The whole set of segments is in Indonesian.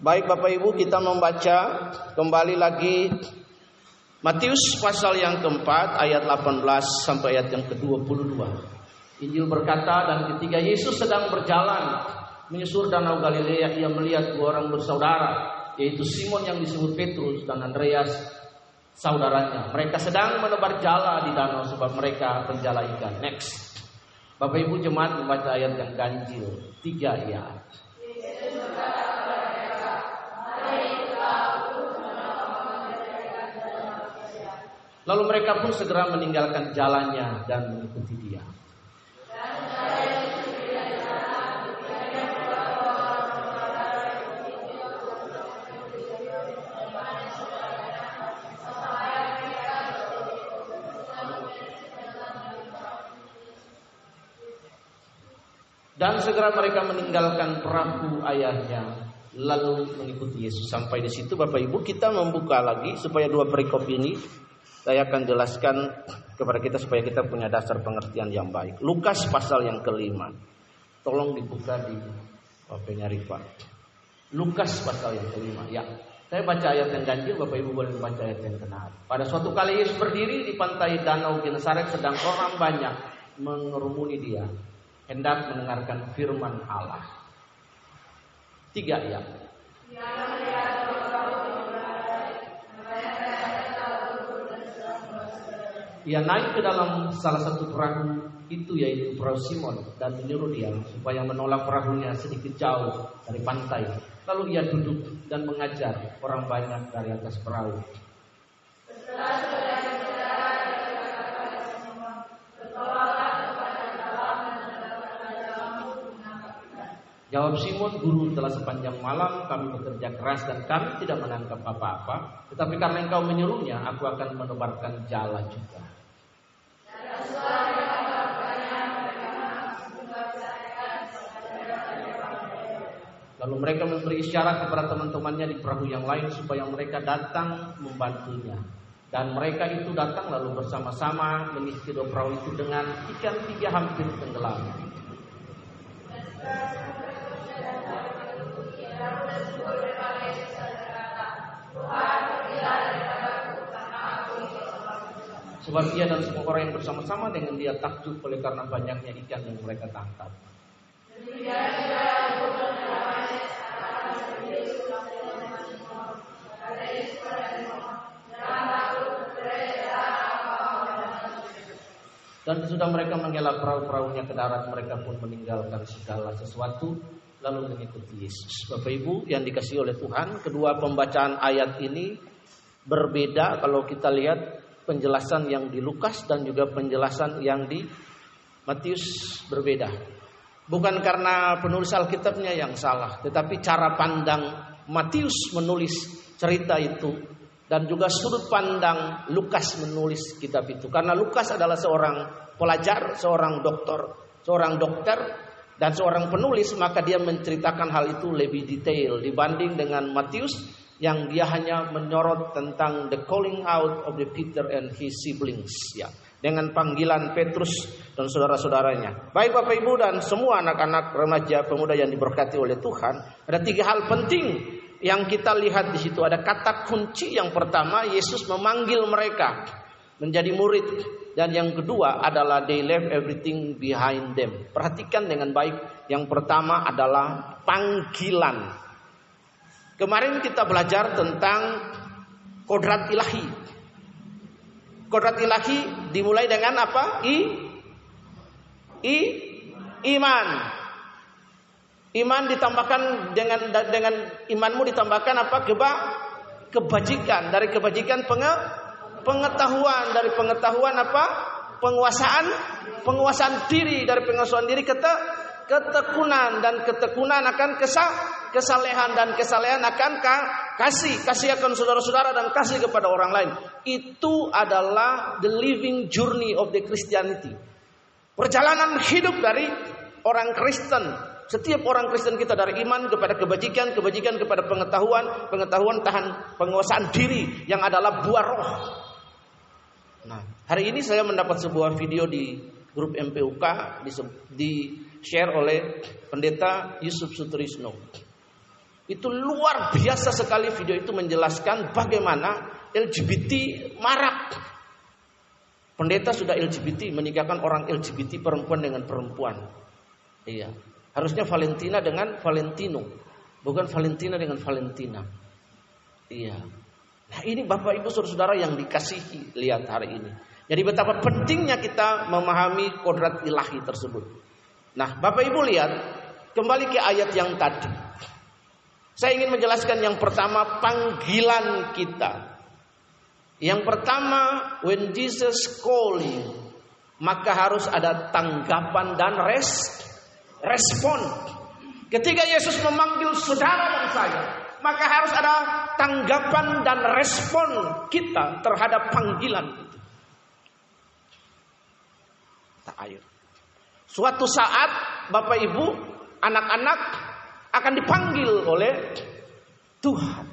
Baik Bapak Ibu, kita membaca kembali lagi Matius pasal yang keempat ayat 18 sampai ayat yang ke-22. Injil berkata, dan ketika Yesus sedang berjalan menyusur danau Galilea, ia melihat dua orang bersaudara, yaitu Simon yang disebut Petrus dan Andreas saudaranya. Mereka sedang menebar jala di danau sebab mereka penjala ikan. Next. Bapak Ibu jemaat membaca ayat yang ganjil 3 ya. Lalu mereka pun segera meninggalkan jalannya dan mengikuti dia. Dan segera mereka meninggalkan perahu ayahnya lalu mengikuti Yesus. Sampai di situ Bapak Ibu, kita membuka lagi supaya dua perikop ini saya akan jelaskan kepada kita supaya kita punya dasar pengertian yang baik. Lukas pasal yang ke-5. Tolong dibuka di HP-nya Rifa. Lukas pasal yang ke-5 ya. Saya baca ayat yang ganjil, Bapak Ibu boleh baca ayat yang genap. Pada suatu kali Yesus berdiri di pantai danau Genesaret, sedang orang banyak mengerumuni dia, hendak mendengarkan firman Allah. 3 ya. Ia naik ke dalam salah satu perahu itu, yaitu perahu Simon, dan menyuruh dia supaya menolak perahunya sedikit jauh dari pantai. Lalu ia duduk dan mengajar orang banyak dari atas perahu. Jawab Simon, "Guru, telah sepanjang malam kami bekerja keras dan kami tidak menangkap apa-apa. Tetapi karena engkau menyuruhnya, aku akan menebarkan jala juga." Lalu mereka memberi isyarat kepada teman-temannya di perahu yang lain supaya mereka datang membantunya. Dan mereka itu datang lalu bersama-sama mengisi kedua perahu itu dengan ikan 3 hampir tenggelam. Sebab ia dan semua orang yang bersama-sama dengan dia takjub oleh karena banyaknya ikan yang mereka tangkap. Dan sesudah mereka mengelak perahu-perahunya ke darat, mereka pun meninggalkan segala sesuatu lalu mengikuti Yesus. Bapak Ibu yang dikasihi oleh Tuhan, kedua pembacaan ayat ini berbeda kalau kita lihat penjelasan yang di Lukas dan juga penjelasan yang di Matius berbeda. Bukan karena penulis Alkitabnya yang salah, tetapi cara pandang Matius menulis cerita itu dan juga sudut pandang Lukas menulis kitab itu. Karena Lukas adalah seorang pelajar, seorang dokter dan seorang penulis, maka dia menceritakan hal itu lebih detail dibanding dengan Matius yang dia hanya menyorot tentang the calling out of the Peter and his siblings ya, dengan panggilan Petrus dan saudara-saudaranya. Baik Bapak Ibu dan semua anak-anak remaja pemuda yang diberkati oleh Tuhan, ada 3 hal penting yang kita lihat di situ. Ada kata kunci. Yang pertama, Yesus memanggil mereka menjadi murid, dan yang kedua adalah they left everything behind them. Perhatikan dengan baik. Yang pertama adalah panggilan. Kemarin kita belajar tentang kodrat ilahi. Kodrat ilahi dimulai dengan apa? Iman. Iman ditambahkan dengan imanmu ditambahkan apa? Kebajikan. Dari kebajikan pengetahuan. Dari pengetahuan apa? Penguasaan diri. Dari penguasaan diri ketekunan, dan ketekunan akan kesalehan, dan kesalehan akan kasih akan saudara-saudara dan kasih kepada orang lain. Itu adalah the living journey of the Christianity. Perjalanan hidup dari orang Kristen. Setiap orang Kristen kita dari iman kepada kebajikan kepada pengetahuan tahan penguasaan diri yang adalah buah roh. Nah, hari ini saya mendapat sebuah video di grup MPUK di share oleh pendeta Yusuf Sutrisno. Itu luar biasa sekali video itu menjelaskan bagaimana LGBT marak. Pendeta sudah LGBT, menikahkan orang LGBT perempuan dengan perempuan. Iya. Harusnya Valentina dengan Valentino, bukan Valentina dengan Valentina. Iya. Nah, ini Bapak Ibu Saudara yang dikasihi, lihat hari ini. Jadi betapa pentingnya kita memahami kodrat ilahi tersebut. Nah, Bapak Ibu lihat, kembali ke ayat yang tadi. Saya ingin menjelaskan yang pertama, panggilan kita. Yang pertama, when Jesus call you, maka harus ada tanggapan dan respon. Ketika Yesus memanggil saudara dan saya, maka harus ada tanggapan dan respon kita terhadap panggilan itu. Ayo. Suatu saat Bapak Ibu, anak-anak akan dipanggil oleh Tuhan.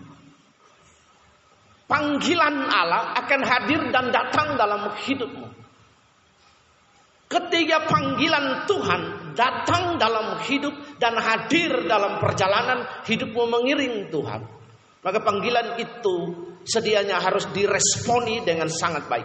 Panggilan Allah akan hadir dan datang dalam hidupmu. Ketika panggilan Tuhan datang dalam hidup dan hadir dalam perjalanan hidupmu mengiring Tuhan, maka panggilan itu sedianya harus diresponi dengan sangat baik.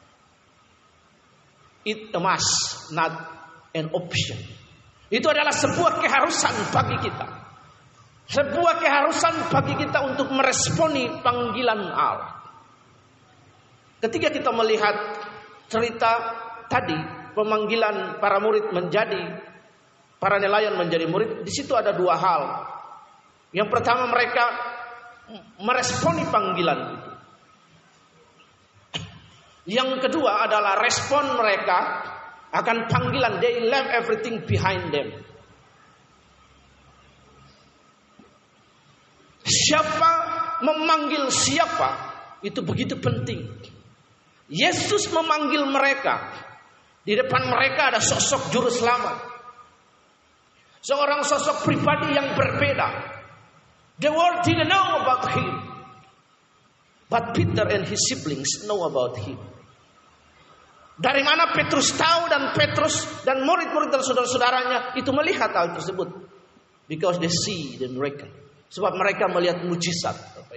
It must not an option. Itu adalah sebuah keharusan bagi kita. Sebuah keharusan bagi kita untuk meresponi panggilan Allah. Ketika kita melihat cerita tadi, pemanggilan para murid menjadi, para nelayan menjadi murid, di situ ada dua hal. Yang pertama, mereka meresponi panggilan itu. Yang kedua adalah respon mereka akan panggilan. They left everything behind them. Siapa memanggil siapa itu begitu penting. Yesus memanggil mereka. Di depan mereka ada sosok juru selamat, seorang sosok pribadi yang berbeda. The world didn't know about him, but Peter and his siblings know about him. Dari mana Petrus tahu, dan Petrus dan murid-murid dan saudara-saudaranya itu melihat hal tersebut? Because they see the miracle. Sebab mereka melihat mujizat.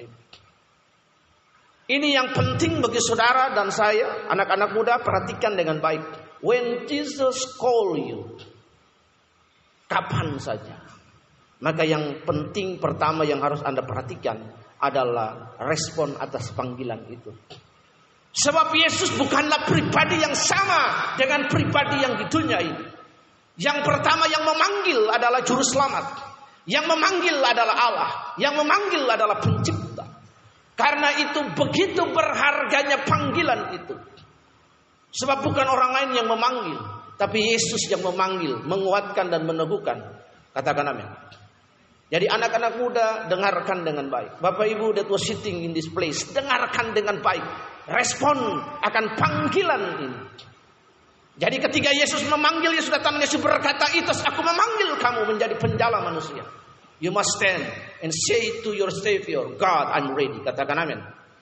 Ini yang penting bagi saudara dan saya, anak-anak muda, perhatikan dengan baik. When Jesus call you, kapan saja, maka yang penting pertama yang harus Anda perhatikan adalah respon atas panggilan itu. Sebab Yesus bukanlah pribadi yang sama dengan pribadi yang di dunia ini. Yang pertama yang memanggil adalah juru selamat. Yang memanggil adalah Allah. Yang memanggil adalah pencipta. Karena itu begitu berharganya panggilan itu. Sebab bukan orang lain yang memanggil, tapi Yesus yang memanggil, menguatkan dan meneguhkan. Katakan amin. Jadi anak-anak muda, dengarkan dengan baik. Bapak Ibu that was sitting in this place, dengarkan dengan baik. Respon akan panggilan ini. Jadi ketika Yesus memanggil, Yesus datang, Yesus berkata, "Itus, aku memanggil kamu menjadi penjala manusia. You must stand and say to your Savior, God, I'm ready." Katakan amin.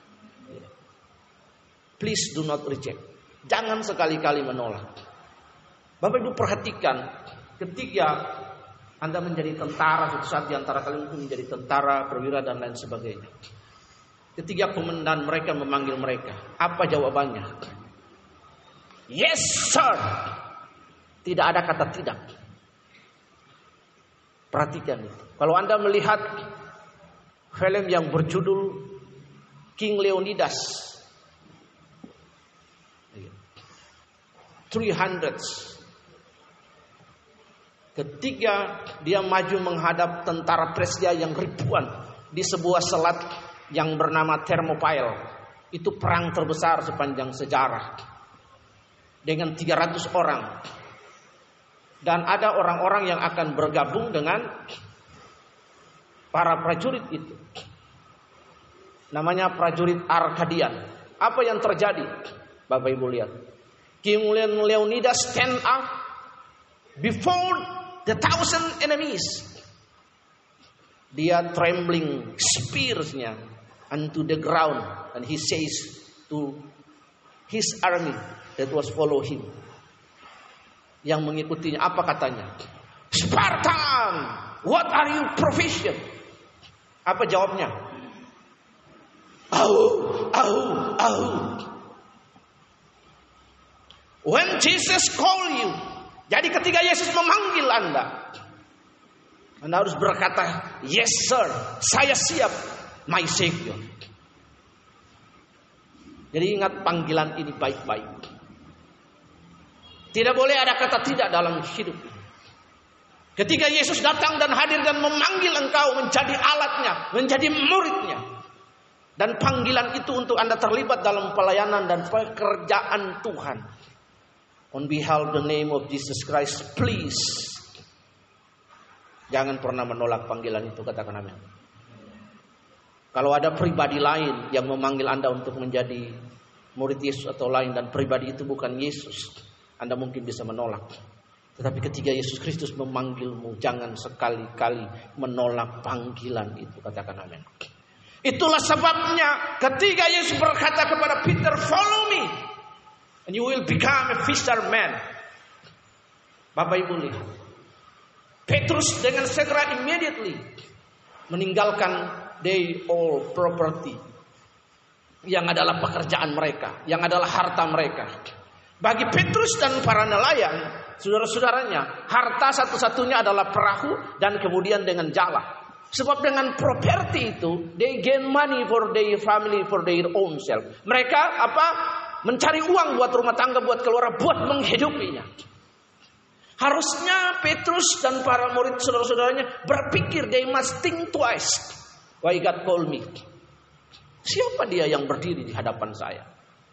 Please do not reject. Jangan sekali-kali menolak. Bapak Ibu perhatikan, ketika Anda menjadi tentara, suatu saat di antara kalian pun menjadi tentara, perwira dan lain sebagainya. Ketika komandan mereka memanggil mereka, apa jawabannya? Yes sir. Tidak ada kata tidak. Perhatikan itu. Kalau Anda melihat film yang berjudul King Leonidas 300, ketika dia maju menghadap tentara Persia yang ribuan di sebuah selat yang bernama Thermopylae, itu perang terbesar sepanjang sejarah dengan 300 orang. Dan ada orang-orang yang akan bergabung dengan para prajurit itu. Namanya prajurit Arkadian. Apa yang terjadi? Bapak Ibu lihat. King Leonidas stand up before the 1,000 enemies. Dia trembling spearsnya unto the ground, and he says to his army that was follow him, yang mengikutinya, apa katanya? Spartan, what are your profession? Apa jawabnya? Au. When Jesus call you. Jadi ketika Yesus memanggil Anda harus berkata, yes sir, saya siap, my Savior. Jadi ingat panggilan ini baik-baik. Tidak boleh ada kata tidak dalam hidup. Ketika Yesus datang dan hadir dan memanggil engkau menjadi alatnya, menjadi muridnya. Dan panggilan itu untuk Anda terlibat dalam pelayanan dan pekerjaan Tuhan. On behalf of the name of Jesus Christ, please. Jangan pernah menolak panggilan itu, katakan amin. Kalau ada pribadi lain yang memanggil Anda untuk menjadi murid Yesus atau lain, dan pribadi itu bukan Yesus, Anda mungkin bisa menolak. Tetapi ketika Yesus Kristus memanggilmu, jangan sekali-kali menolak panggilan itu, katakan amin. Itulah sebabnya ketika Yesus berkata kepada Peter, follow me and you will become a fisherman. Bapak Ibu lihat, Petrus dengan segera immediately meninggalkan their all property, yang adalah pekerjaan mereka, yang adalah harta mereka. Bagi Petrus dan para nelayan, saudara-saudaranya, harta satu-satunya adalah perahu dan kemudian dengan jala. Sebab dengan properti itu, they gain money for their family, for their own self. Mereka mencari uang buat rumah tangga, buat keluarga, buat menghidupinya. Harusnya Petrus dan para murid saudara-saudaranya berpikir, they must think twice. Why God call me? Siapa dia yang berdiri di hadapan saya?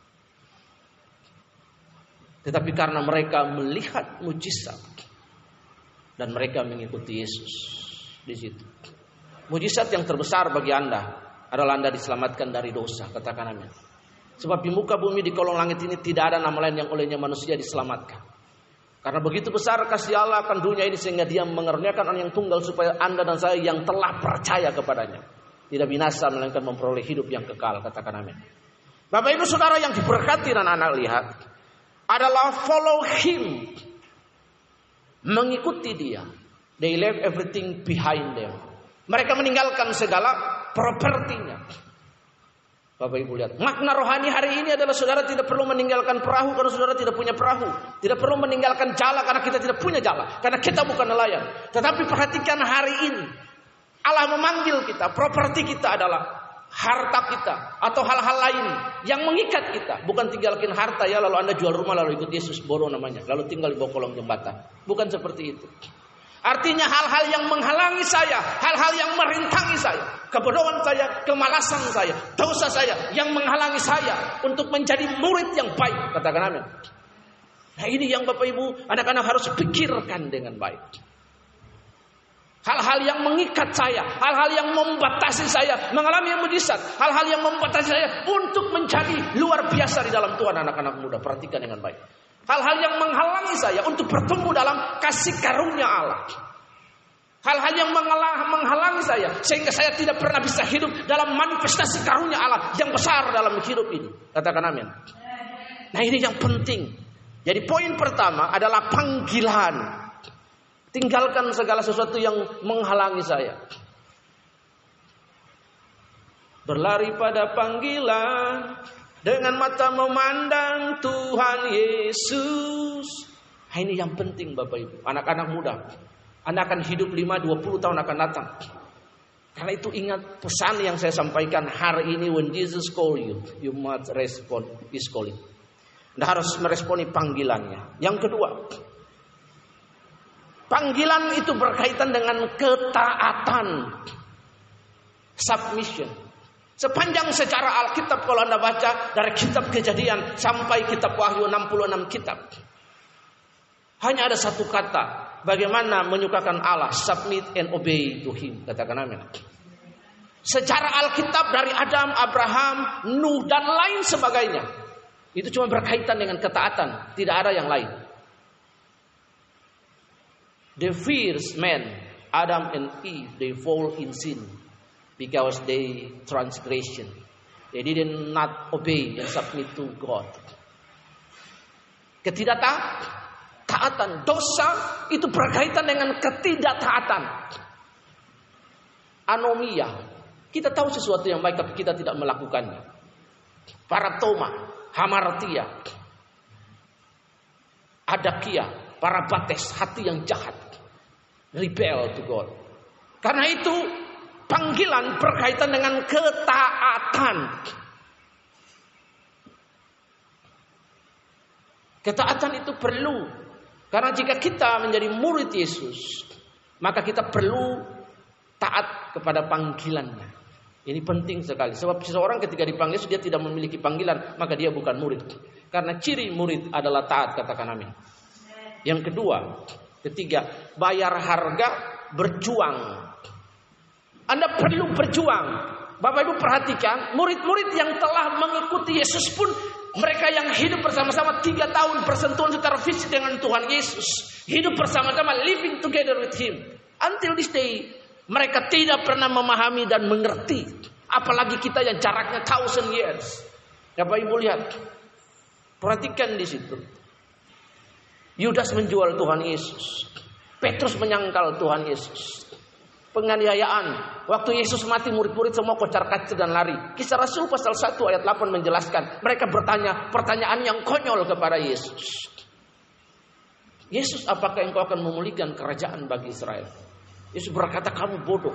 Tetapi karena mereka melihat mujizat dan mereka mengikuti Yesus di situ. Mujizat yang terbesar bagi Anda adalah Anda diselamatkan dari dosa, katakan amin. Sebab di muka bumi, di kolong langit ini tidak ada nama lain yang olehnya manusia diselamatkan. Karena begitu besar kasih Allah akan dunia ini sehingga Dia mengaruniakan Anak yang tunggal supaya Anda dan saya yang telah percaya kepadanya tidak binasa melainkan memperoleh hidup yang kekal, katakan amin. Bapak Ibu Saudara yang diberkati dan anak lihat adalah follow Him, mengikuti Dia. They left everything behind them. Mereka meninggalkan segala propertinya. Bapak Ibu lihat, makna rohani hari ini adalah saudara tidak perlu meninggalkan perahu karena saudara tidak punya perahu. Tidak perlu meninggalkan jala karena kita tidak punya jala, karena kita bukan nelayan. Tetapi perhatikan hari ini, Allah memanggil kita, properti kita adalah harta kita atau hal-hal lain yang mengikat kita. Bukan tinggalkan harta ya lalu Anda jual rumah lalu ikut Yesus, bodoh namanya, lalu tinggal di bawah kolong jembatan. Bukan seperti itu. Artinya hal-hal yang menghalangi saya, hal-hal yang merintangi saya, kebodohan saya, kemalasan saya, dosa saya yang menghalangi saya untuk menjadi murid yang baik, katakan amin. Nah ini yang Bapak Ibu, anak-anak harus pikirkan dengan baik. Hal-hal yang mengikat saya, hal-hal yang membatasi saya mengalami mujizat, hal-hal yang membatasi saya untuk menjadi luar biasa di dalam Tuhan, anak-anak muda, perhatikan dengan baik. Hal-hal yang menghalangi saya untuk bertumbuh dalam kasih karunia Allah. Hal-hal yang menghalangi saya sehingga saya tidak pernah bisa hidup dalam manifestasi karunia Allah yang besar dalam hidup ini. Katakan amin. Nah ini yang penting. Jadi poin pertama adalah panggilan. Tinggalkan segala sesuatu yang menghalangi saya. Berlari pada panggilan, dengan mata memandang Tuhan Yesus. Nah, ini yang penting Bapak Ibu, anak-anak muda. Anda akan hidup 5-20 tahun akan datang. Karena itu ingat pesan yang saya sampaikan hari ini. When Jesus call you, you must respond His calling. Anda harus meresponi panggilannya. Yang kedua, panggilan itu berkaitan dengan ketaatan. Submission. Sepanjang secara Alkitab kalau Anda baca dari kitab Kejadian sampai kitab Wahyu 66 kitab. Hanya ada satu kata. Bagaimana menyukakan Allah. Submit and obey to Him. Katakan amin. Secara Alkitab dari Adam, Abraham, Nuh dan lain sebagainya. Itu cuma berkaitan dengan ketaatan. Tidak ada yang lain. The first man, Adam and Eve, they fall in sin. Because they transgression. They did not obey and submit to God. Ketidaktaatan, dosa itu berkaitan dengan ketidaktaatan. Anomia, Kita tahu sesuatu yang baik tapi kita tidak melakukannya. Paratoma, hamartia, adakia, parabates, hati yang jahat, rebel to God. Karena itu panggilan berkaitan dengan ketaatan. Ketaatan itu perlu. Karena jika kita menjadi murid Yesus, maka kita perlu taat kepada panggilannya. Ini penting sekali. Sebab seseorang ketika dipanggil dia tidak memiliki panggilan, maka dia bukan murid. Karena ciri murid adalah taat, katakan amin. Yang kedua, ketiga, bayar harga, berjuang. Anda perlu berjuang. Bapak Ibu perhatikan, murid-murid yang telah mengikuti Yesus pun, mereka yang hidup bersama-sama 3 tahun bersentuhan secara fisik dengan Tuhan Yesus, hidup bersama-sama, living together with Him. Until this day, mereka tidak pernah memahami dan mengerti. Apalagi kita yang jaraknya 1000 years. Bapak Ibu lihat, perhatikan di situ. Yudas menjual Tuhan Yesus. Petrus menyangkal Tuhan Yesus. Penganiayaan. Waktu Yesus mati, murid-murid semua kocar-kacir dan lari. Kisah Rasul pasal 1 ayat 8 menjelaskan. Mereka bertanya pertanyaan yang konyol kepada Yesus. Yesus, apakah engkau akan memulihkan kerajaan bagi Israel? Yesus berkata, kamu bodoh.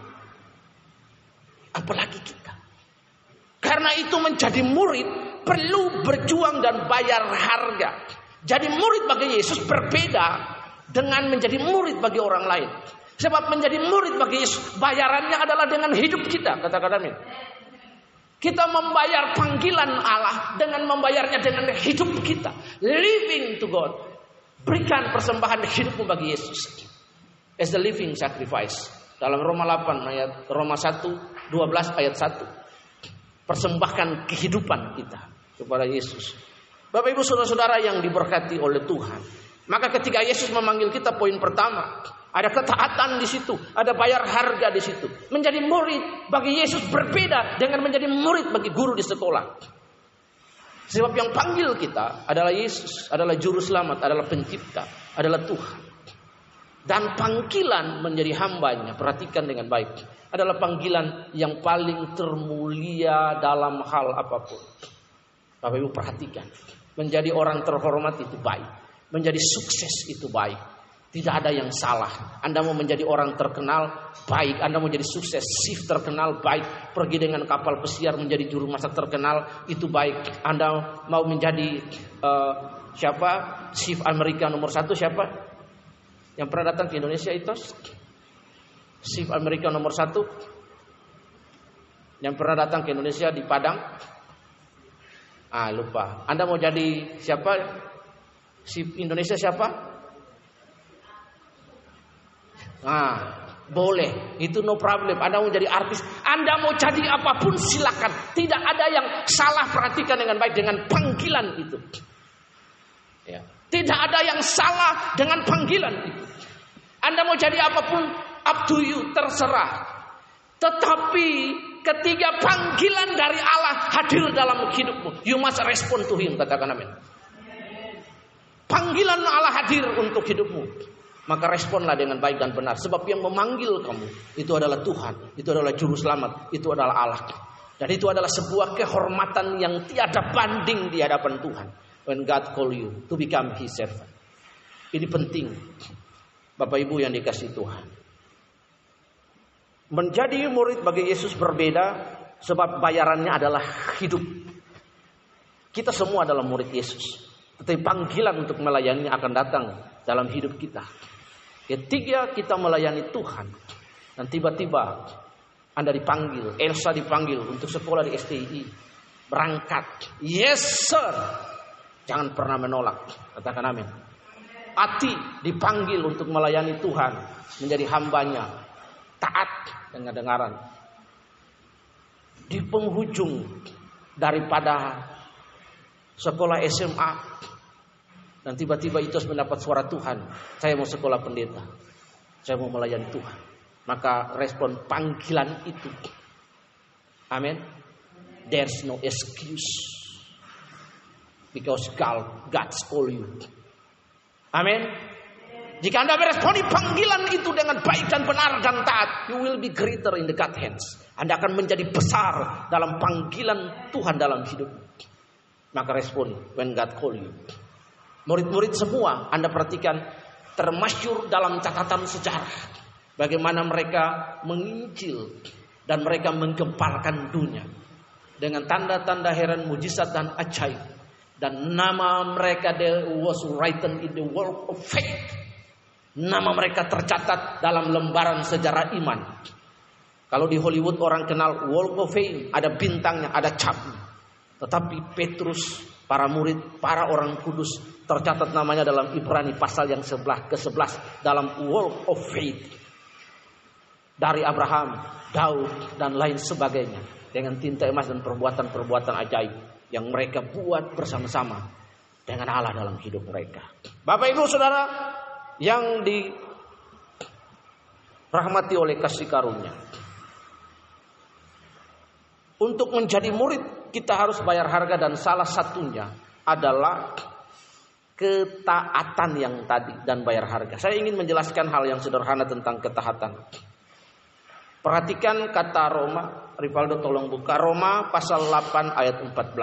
Apalagi kita. Karena itu menjadi murid perlu berjuang dan bayar harga. Jadi murid bagi Yesus berbeda dengan menjadi murid bagi orang lain. Sebab menjadi murid bagi Yesus, bayarannya adalah dengan hidup kita. Katakan amin. Kita membayar panggilan Allah dengan membayarnya dengan hidup kita. Living to God. Berikan persembahan hidupmu bagi Yesus. As the living sacrifice. Dalam Roma 8 ayat Roma 1 12 ayat 1. Persembahkan kehidupan kita kepada Yesus. Bapak Ibu saudara-saudara yang diberkati oleh Tuhan. Maka ketika Yesus memanggil kita, poin pertama, ada ketaatan di situ, ada bayar harga di situ. Menjadi murid bagi Yesus berbeda dengan menjadi murid bagi guru di sekolah. Sebab yang panggil kita adalah Yesus, adalah juru selamat, adalah pencipta, adalah Tuhan. Dan panggilan menjadi hambanya, perhatikan dengan baik, adalah panggilan yang paling termulia dalam hal apapun. Bapak Ibu perhatikan, menjadi orang terhormat itu baik, menjadi sukses itu baik, tidak ada yang salah. Anda mau menjadi orang terkenal, baik. Anda mau jadi sukses, chief terkenal, baik. Pergi dengan kapal pesiar menjadi juru masak terkenal, itu baik. Anda mau menjadi chief Amerika nomor 1 siapa? Yang pernah datang ke Indonesia itu Chief Amerika nomor 1. Yang pernah datang ke Indonesia di Padang. Lupa. Anda mau jadi siapa? Chief Indonesia siapa? Boleh. Itu no problem. Anda mau jadi artis, Anda mau jadi apapun silakan. Tidak ada yang salah, perhatikan dengan baik dengan panggilan itu. Ya. Tidak ada yang salah dengan panggilan itu. Anda mau jadi apapun, up to you, terserah. Tetapi ketika panggilan dari Allah hadir dalam hidupmu, you must respond to Him, katakan amin. Panggilan Allah hadir untuk hidupmu, maka responlah dengan baik dan benar. Sebab yang memanggil kamu itu adalah Tuhan, itu adalah juru selamat, itu adalah Allah. Dan itu adalah sebuah kehormatan yang tiada banding di hadapan Tuhan. When God call you to become His servant. Ini penting, Bapak Ibu yang dikasihi Tuhan. Menjadi murid bagi Yesus berbeda, sebab bayarannya adalah hidup. Kita semua adalah murid Yesus, tetapi panggilan untuk melayani akan datang dalam hidup kita. Ketika kita melayani Tuhan, dan tiba-tiba Anda dipanggil, Elsa dipanggil untuk sekolah di STI, berangkat. Yes sir. Jangan pernah menolak. Katakan amin. Ati dipanggil untuk melayani Tuhan, menjadi hambanya, taat dengan kedengaran. Di penghujung daripada sekolah SMA, dan tiba-tiba itu mendapat suara Tuhan, saya mau sekolah pendeta, saya mau melayani Tuhan. Maka respon panggilan itu. Amin. There's no excuse. Because God's call you. Amin. Jika Anda meresponi panggilan itu dengan baik dan benar dan taat, you will be greater in the God's hands. Anda akan menjadi besar dalam panggilan Tuhan dalam hidup. Maka respon when God call you. Murid-murid semua Anda perhatikan termasyhur dalam catatan sejarah. Bagaimana mereka menginjil dan mereka menggemparkan dunia dengan tanda-tanda heran, mujizat dan ajaib. Dan nama mereka was written in the world of faith. Nama mereka tercatat dalam lembaran sejarah iman. Kalau di Hollywood orang kenal Walk of Fame, ada bintangnya, ada capnya. Tetapi Petrus, para murid, para orang kudus tercatat namanya dalam Ibrani pasal yang ke-11 dalam Walk of Faith. Dari Abraham, Daud dan lain sebagainya dengan tinta emas dan perbuatan-perbuatan ajaib yang mereka buat bersama-sama dengan Allah dalam hidup mereka. Bapak Ibu Saudara yang dirahmati oleh kasih karunia. Untuk menjadi murid kita harus bayar harga dan salah satunya adalah ketaatan yang tadi dan bayar harga. Saya ingin menjelaskan hal yang sederhana tentang ketaatan. Perhatikan kata Roma, Rivaldo tolong buka Roma pasal 8 ayat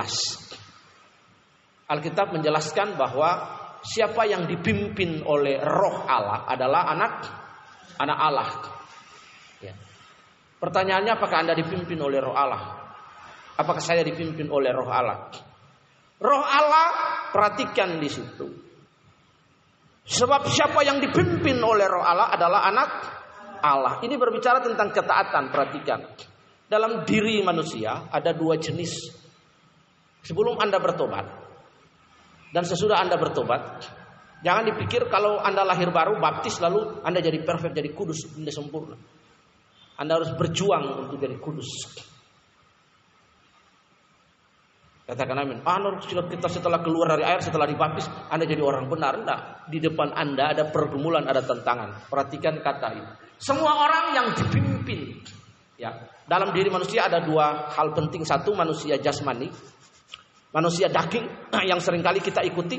14. Alkitab menjelaskan bahwa siapa yang dipimpin oleh Roh Allah adalah anak Allah. Ya. Pertanyaannya, apakah Anda dipimpin oleh Roh Allah? Apakah saya dipimpin oleh Roh Allah? Roh Allah, perhatikan di situ. Sebab siapa yang dipimpin oleh Roh Allah adalah anak Allah. Ini berbicara tentang ketaatan, perhatikan. Dalam diri manusia ada dua jenis. Sebelum Anda bertobat dan sesudah Anda bertobat, jangan dipikir kalau Anda lahir baru, baptis lalu Anda jadi perfect, jadi kudus, jadi sempurna. Anda harus berjuang untuk jadi kudus. Katakan amin. Kita setelah keluar dari air, setelah dibaptis, Anda jadi orang benar. Enggak. Di depan Anda ada pergumulan, ada tantangan. Perhatikan kata ini. Semua orang yang dipimpin, ya, dalam diri manusia ada dua hal penting. Satu, manusia jasmani, manusia daging yang seringkali kita ikuti.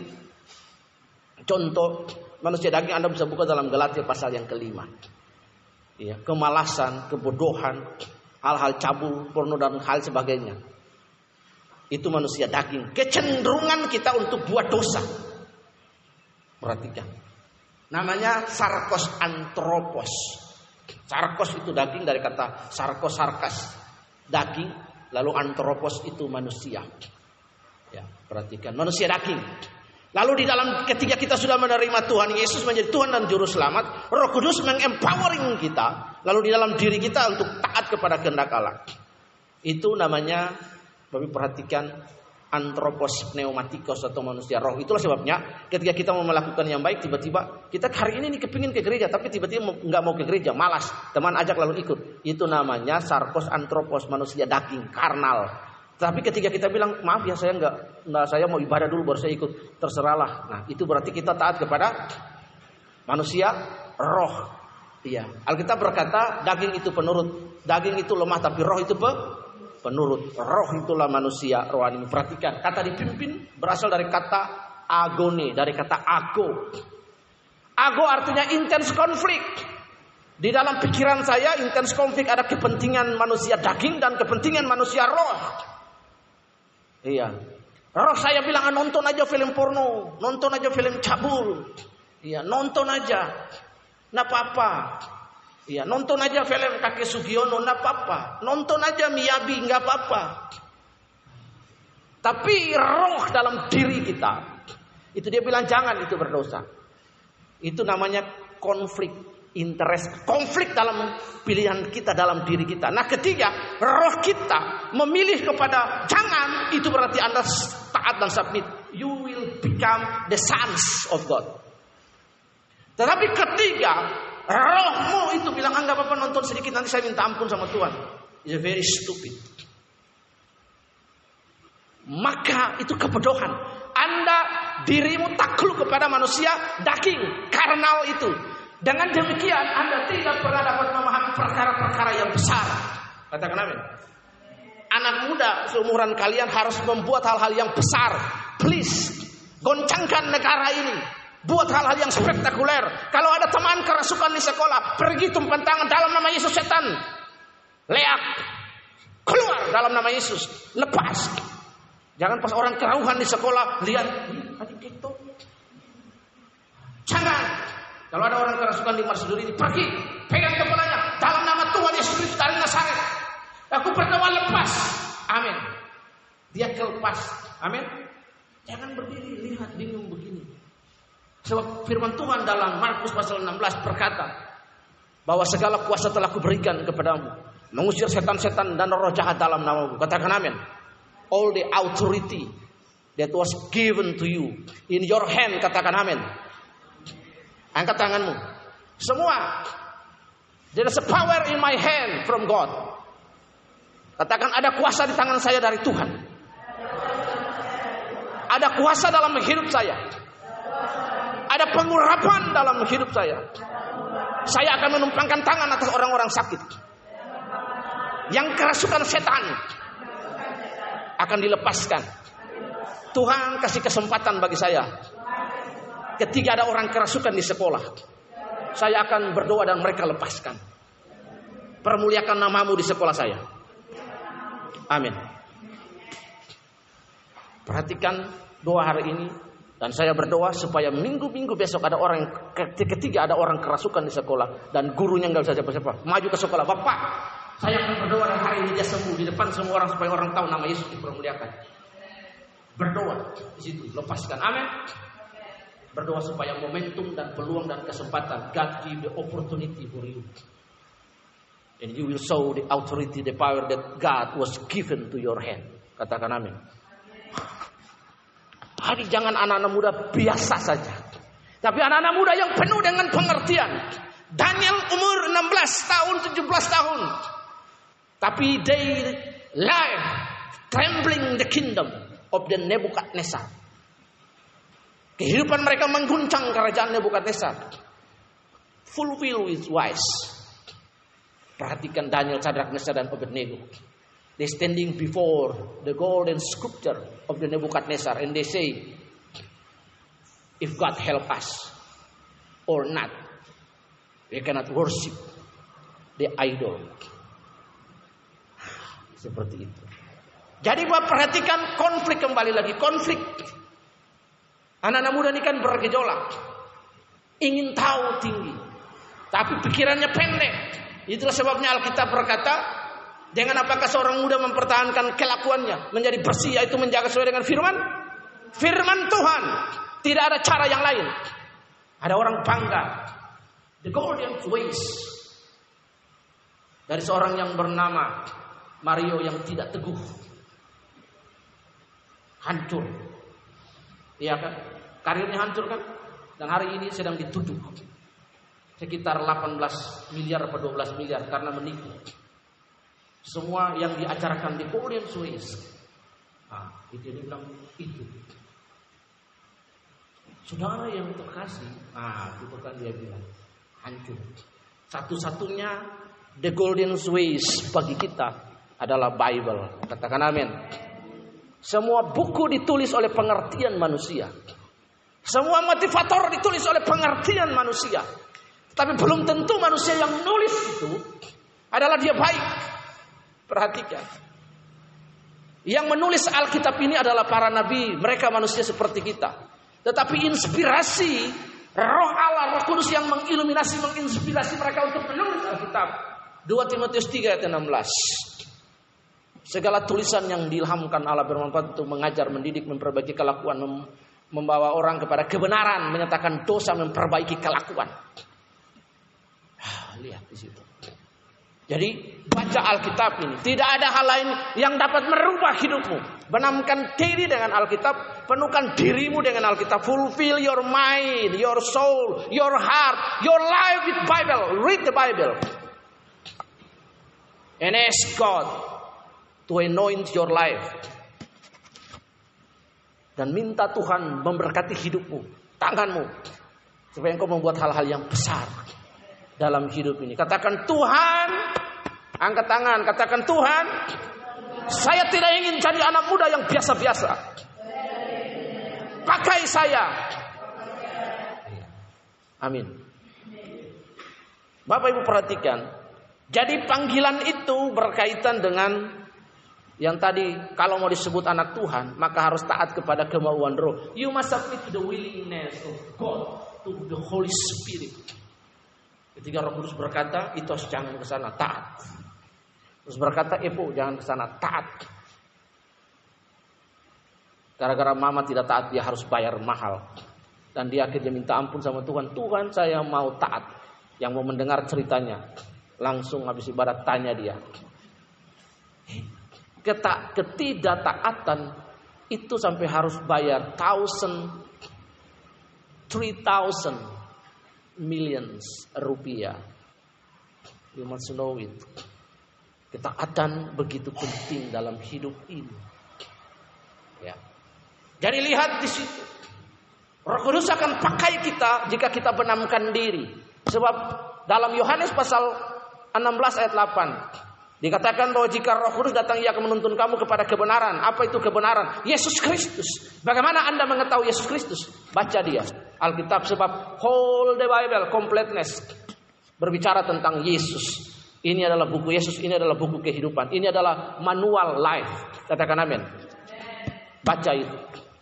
Contoh manusia daging Anda bisa buka dalam Galatia pasal yang ke-5. Ya, kemalasan, kebodohan, hal-hal cabul, porno dan hal sebagainya. Itu manusia daging. Kecenderungan kita untuk buat dosa. Perhatikan. Namanya sarkos antropos. Sarkos itu daging dari kata sarkos, sarkas. Daging. Lalu antropos itu manusia. Ya, perhatikan. Manusia daging. Lalu di dalam ketika kita sudah menerima Tuhan Yesus menjadi Tuhan dan Juru Selamat, Roh Kudus mengempowering kita. Lalu di dalam diri kita untuk taat kepada kehendak Allah. Itu namanya, Bapak perhatikan, antropos pneumatikos atau manusia roh. Itulah sebabnya ketika kita mau melakukan yang baik, tiba-tiba kita hari ini kepingin ke gereja, tapi tiba-tiba nggak mau ke gereja, malas. Teman ajak lalu ikut. Itu namanya sarkos antropos, manusia daging, karnal. Tapi ketika kita bilang, maaf ya saya nggak, saya mau ibadah dulu baru saya ikut, terserahlah. Nah itu berarti kita taat kepada manusia roh. Iya. Alkitab berkata daging itu penurut, daging itu lemah tapi roh itu penurut. Roh itulah manusia rohani. Perhatikan, kata dipimpin berasal dari kata agone, dari kata ago. Ago artinya intense konflik. Di dalam pikiran saya intense konflik ada kepentingan manusia daging dan kepentingan manusia roh. Iya. Roh saya bilang nonton aja film porno, nonton aja film cabul. Iya, nonton aja. Nggak apa-apa. Iya, nonton aja film Kakek Sugiono, nggak apa-apa. Nonton aja Miyabi, nggak apa-apa. Tapi roh dalam diri kita, itu dia bilang jangan, itu berdosa. Itu namanya konflik interest, konflik dalam pilihan kita, dalam diri kita. Nah ketika roh kita memilih kepada jangan, itu berarti Anda taat dan submit. You will become the sons of God. Tetapi ketika rohmu itu bilang enggak apa-apa, nonton sedikit nanti saya minta ampun sama Tuhan, it's very stupid. Maka itu kebodohan. Anda dirimu takluk kepada manusia daging, karnal itu. Dengan demikian Anda tidak pernah dapat memahami perkara-perkara yang besar. Katakan amin. Anak muda seumuran kalian harus membuat hal-hal yang besar. Please, goncangkan negara ini. Buat hal-hal yang spektakuler. Kalau ada teman kerasukan di sekolah, pergi tumpang tangan dalam nama Yesus, setan leak, keluar dalam nama Yesus, lepas. Jangan pas orang kerauhan di sekolah lihat adik itu. Jangan. Kalau ada orang kerasukan di Masjid ini, pergi, pegang kepalanya dalam nama Tuhan Yesus Kristus dari Nazaret. Aku berdoa, lepas. Amin. Dia kelepas. Amin. Jangan berdiri lihat bingung begini. Sebab firman Tuhan dalam Markus pasal 16 berkata bahwa segala kuasa telah kuberikan kepadamu, mengusir setan-setan dan roh jahat dalam namamu. Katakan amin. All the authority that was given to you in your hand. Katakan amin. Angkat tanganmu. Semua. There is a power in my hand from God. Katakan, ada kuasa di tangan saya dari Tuhan. Ada kuasa dalam hidup saya. Ada pengurapan dalam hidup saya. Saya akan menumpangkan tangan atas orang-orang sakit. Yang kerasukan setan akan dilepaskan. Tuhan kasih kesempatan bagi saya. Ketika ada orang kerasukan di sekolah, saya akan berdoa dan mereka lepaskan. Permuliakan namamu di sekolah saya. Amin. Perhatikan doa hari ini. Dan saya berdoa supaya minggu-minggu besok ada orang, ketika ada orang kerasukan di sekolah dan gurunya nggak bisa siapa-siapa, maju ke sekolah, Bapak, saya akan berdoa dan hari ini dia sembuh di depan semua orang supaya orang tahu nama Yesus dipermuliakan. Berdoa di situ, lepaskan, amin. Berdoa supaya momentum dan peluang dan kesempatan, God give the opportunity for you, and you will show the authority, the power that God was given to your hand. Katakan amin. Hari jangan anak-anak muda biasa saja, tapi anak-anak muda yang penuh dengan pengertian. Daniel umur 16 tahun, 17 tahun, tapi they live trembling the kingdom of the Nebuchadnezzar. Kehidupan mereka mengguncang kerajaan Nebuchadnezzar. Fulfill with wise. Perhatikan Daniel, Shadrach, Meshach dan Abednego. They standing before the golden sculpture of the Nebuchadnezzar and they say, if God help us or not, we cannot worship the idol. Seperti itu. Jadi Bapak perhatikan konflik, kembali lagi konflik. Anak-anak muda ini kan bergejolak, ingin tahu tinggi, tapi pikirannya pendek. Itulah sebabnya Alkitab berkata, dengan apakah seorang muda mempertahankan kelakuannya menjadi bersih, yaitu menjaga sesuai dengan firman Tuhan. Tidak ada cara yang lain. Ada orang bangga, the golden ways, dari seorang yang bernama Mario yang tidak teguh, hancur, iya kan? Karirnya hancur kan? Dan hari ini sedang dituduh sekitar 18 miliar atau 12 miliar karena menipu. Semua yang diajarkan di Golden Swiss. Itu dia bilang itu. Saudara yang terkasih, itu kan dia bilang hancur. Satu-satunya the Golden Swiss bagi kita adalah Bible. Katakan amin. Semua buku ditulis oleh pengertian manusia. Semua motivator ditulis oleh pengertian manusia. Tapi belum tentu manusia yang nulis itu adalah dia baik. Perhatikan. Yang menulis Alkitab ini adalah para nabi. Mereka manusia seperti kita. Tetapi inspirasi Roh Allah, Roh Kudus yang mengiluminasi, menginspirasi mereka untuk menulis Alkitab. 2 Timotius 3 ayat 16. Segala tulisan yang diilhamkan Allah bermanfaat untuk mengajar, mendidik, memperbaiki kelakuan, membawa orang kepada kebenaran, menyatakan dosa, memperbaiki kelakuan. Lihat di situ. Jadi baca Alkitab ini. Tidak ada hal lain yang dapat merubah hidupmu. Benamkan diri dengan Alkitab. Penuhkan dirimu dengan Alkitab. Fulfill your mind, your soul, your heart, your life with Bible. Read the Bible. And ask God to anoint your life. Dan minta Tuhan memberkati hidupmu, tanganmu, supaya engkau membuat hal-hal yang besar dalam hidup ini. Katakan, Tuhan, angkat tangan, katakan, Tuhan, saya tidak ingin jadi anak muda yang biasa-biasa. Pakai saya Amin. Bapak Ibu perhatikan. Jadi panggilan itu berkaitan dengan yang tadi, kalau mau disebut anak Tuhan, maka harus taat kepada kemauan Roh. You must submit to the willingness of God, to the Holy Spirit. Ketika Roh Kudus berkata, itu jangan ke sana, taat. Terus berkata, jangan ke sana, taat. Gara-gara mama tidak taat, dia harus bayar mahal. Dan dia akhirnya minta ampun sama Tuhan. Tuhan, saya mau taat. Yang mau mendengar ceritanya, langsung habis ibadat tanya dia. Ketidaktaatan itu sampai harus bayar 3,000 millions rupiah. You must know it. Ketaatan begitu penting dalam hidup ini. Ya. Jadi lihat di situ. Roh Kudus akan pakai kita jika kita benamkan diri. Sebab dalam Yohanes pasal 16 ayat 8 dikatakan bahwa jika Roh Kudus datang, ia akan menuntun kamu kepada kebenaran. Apa itu kebenaran? Yesus Kristus. Bagaimana Anda mengetahui Yesus Kristus? Baca dia Alkitab, sebab whole the Bible, completeness, berbicara tentang Yesus. Ini adalah buku Yesus, ini adalah buku kehidupan, ini adalah manual life. Katakan amin. Baca itu.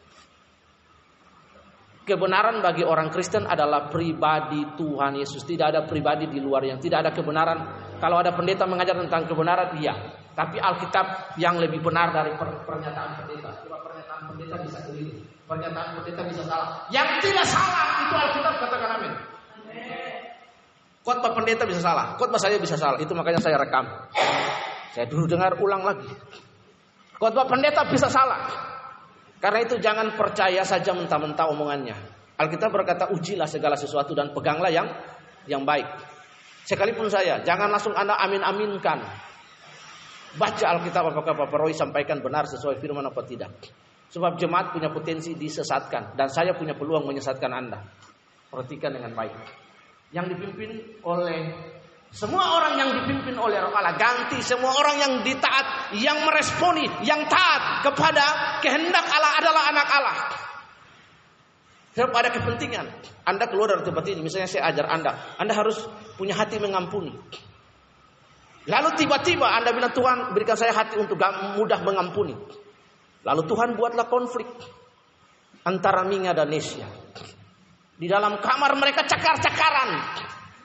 Kebenaran bagi orang Kristen adalah pribadi Tuhan Yesus. Tidak ada pribadi di luar yang tidak ada kebenaran. Kalau ada pendeta mengajar tentang kebenaran, iya. Tapi Alkitab yang lebih benar dari pernyataan pendeta. Cuma pernyataan pendeta bisa keliru. Pernyataan pendeta bisa salah. Yang tidak salah itu Alkitab, katakan amin. Khotbah pendeta bisa salah. Khotbah saya bisa salah. Itu makanya saya rekam. Saya dulu dengar ulang lagi. Khotbah pendeta bisa salah. Karena itu jangan percaya saja mentah-mentah omongannya. Alkitab berkata, ujilah segala sesuatu dan peganglah yang baik. Sekalipun saya, jangan langsung Anda amin-aminkan. Baca Alkitab apakah Bapak Roy sampaikan benar sesuai firman apa tidak. Sebab jemaat punya potensi disesatkan. Dan saya punya peluang menyesatkan Anda. Perhatikan dengan baik. Yang dipimpin oleh semua orang yang dipimpin oleh Roh Allah, ganti semua orang yang ditaat, yang meresponi, yang taat kepada kehendak Allah adalah anak Allah. Sebab ada kepentingan. Anda keluar dari tempat ini, misalnya saya ajar Anda harus punya hati mengampuni. Lalu tiba-tiba Anda bilang, Tuhan berikan saya hati untuk mudah mengampuni. Lalu Tuhan buatlah konflik antara Minga dan Nesia. Di dalam kamar mereka cakar-cakaran.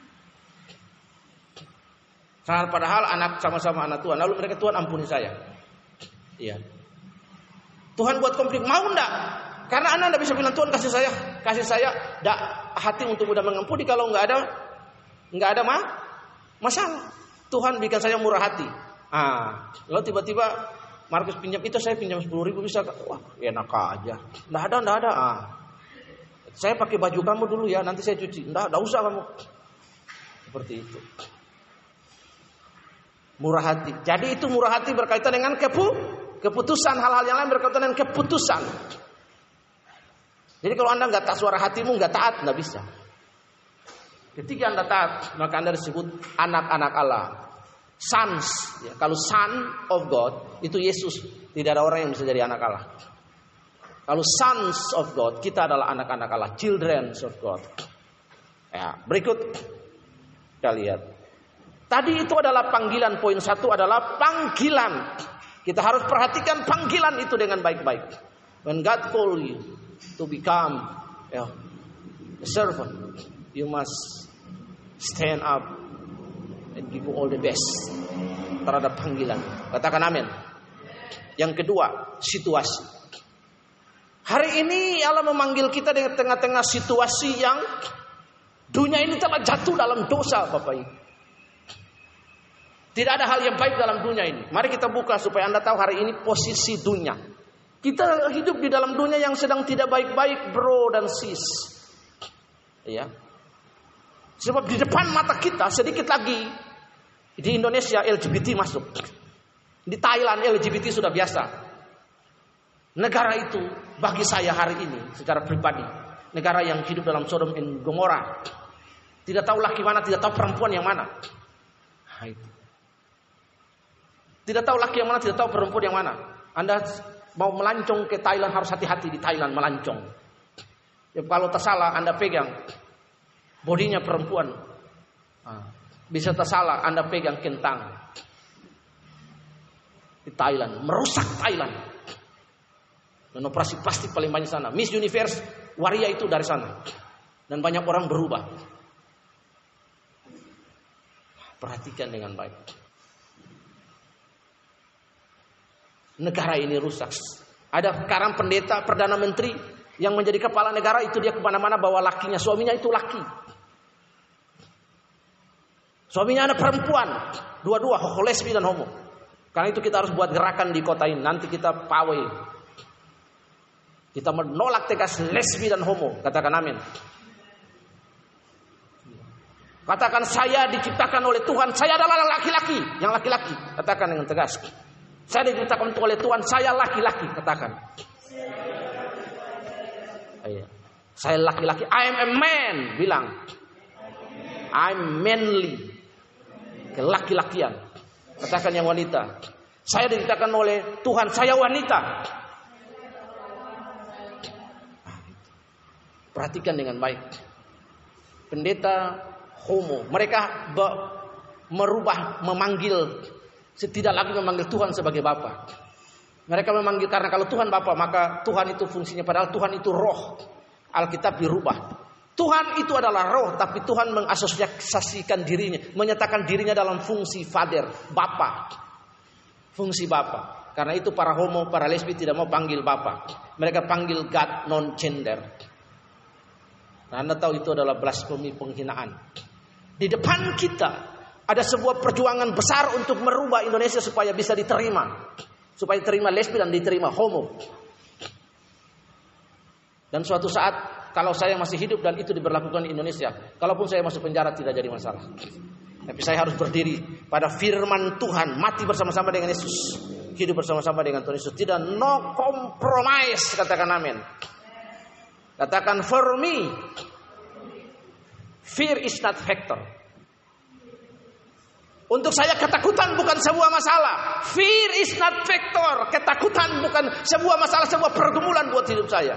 Padahal anak sama-sama anak Tuhan. Lalu mereka, Tuhan ampuni saya. Iya. Tuhan buat konflik, mau enggak? Karena Anda enggak bisa bilang, Tuhan kasih saya enggak hati untuk mudah mengampuni kalau enggak ada masalah. Tuhan bikin saya murah hati. Lalu tiba-tiba Markus pinjam itu, saya pinjam 10.000 bisa. Wah, enak aja. Enggak ada. Saya pakai baju kamu dulu ya, nanti saya cuci. Enggak usah kamu. Seperti itu. Murah hati. Jadi itu murah hati berkaitan dengan keputusan. Hal-hal yang lain berkaitan dengan keputusan. Jadi kalau Anda nggak taat suara hatimu, nggak taat, nggak bisa. Ketika Anda taat, maka Anda disebut anak-anak Allah, sons. Ya, kalau son of God itu Yesus. Tidak ada orang yang bisa jadi anak Allah. Kalau sons of God, kita adalah anak-anak Allah, children of God. Ya, berikut kita lihat. Tadi itu adalah panggilan. Poin 1 adalah panggilan. Kita harus perhatikan panggilan itu dengan baik-baik. When God call you to become a servant, you must stand up and give all the best terhadap panggilan. Katakan amin. Yang kedua, situasi. Hari ini Allah memanggil kita di tengah-tengah situasi yang dunia ini telah jatuh dalam dosa, Bapak Ibu. Tidak ada hal yang baik dalam dunia ini. Mari kita buka supaya Anda tahu hari ini posisi dunia. Kita hidup di dalam dunia yang sedang tidak baik-baik, bro dan sis. Ya. Sebab di depan mata kita sedikit lagi di Indonesia LGBT masuk. Di Thailand LGBT sudah biasa. Negara itu bagi saya hari ini secara pribadi, negara yang hidup dalam Sodom dan Gomora. Tidak tahu laki mana, tidak tahu perempuan yang mana. Nah, itu. Tidak tahu laki yang mana, tidak tahu perempuan yang mana. Anda mau melancong ke Thailand harus hati-hati di Thailand melancong. Ya, kalau tersalah Anda pegang Bodinya perempuan. Bisa tersalah Anda pegang kentang di Thailand, merusak Thailand. Dan operasi plastik paling banyak sana. Miss Universe waria itu dari sana. Dan banyak orang berubah. Perhatikan dengan baik. Negara ini rusak. Ada sekarang pendeta, perdana menteri yang menjadi kepala negara itu dia kemana-mana bawa lakinya. Suaminya itu laki. Suaminya ada perempuan. Dua-dua, lesbi dan homo. Karena itu kita harus buat gerakan di kota ini. Nanti kita pawai. Kita menolak tegas lesbi dan homo. Katakan amin. Katakan saya diciptakan oleh Tuhan. Saya adalah laki-laki. Yang laki-laki. Katakan dengan tegas. Saya diciptakan oleh Tuhan. Saya laki-laki. Katakan. Saya laki-laki. I am a man. Bilang. I'm manly. Laki-lakian. Katakan yang wanita. Saya diciptakan oleh Tuhan. Saya wanita. Perhatikan dengan baik. Pendeta homo. Mereka memanggil. Tidak lagi memanggil Tuhan sebagai Bapa. Mereka memanggil karena kalau Tuhan Bapa maka Tuhan itu fungsinya. Padahal Tuhan itu roh. Alkitab dirubah. Tuhan itu adalah roh. Tapi Tuhan mengasosiasikan dirinya. Menyatakan dirinya dalam fungsi Father. Bapa. Fungsi Bapa. Karena itu para homo, para lesbi tidak mau panggil Bapa. Mereka panggil God non-gender. Nah, Anda tahu itu adalah blasfemi, penghinaan. Di depan kita ada sebuah perjuangan besar untuk merubah Indonesia supaya bisa diterima. Supaya diterima lesbi dan diterima homo. Dan suatu saat kalau saya masih hidup dan itu diberlakukan di Indonesia, kalaupun saya masuk penjara tidak jadi masalah. Tapi saya harus berdiri pada firman Tuhan, mati bersama-sama dengan Yesus, hidup bersama-sama dengan Tuhan Yesus. Tidak no compromise, katakan amin. Katakan for me, fear is not factor. Untuk saya ketakutan bukan sebuah masalah. Fear is not factor. Ketakutan bukan sebuah masalah, sebuah pergumulan buat hidup saya.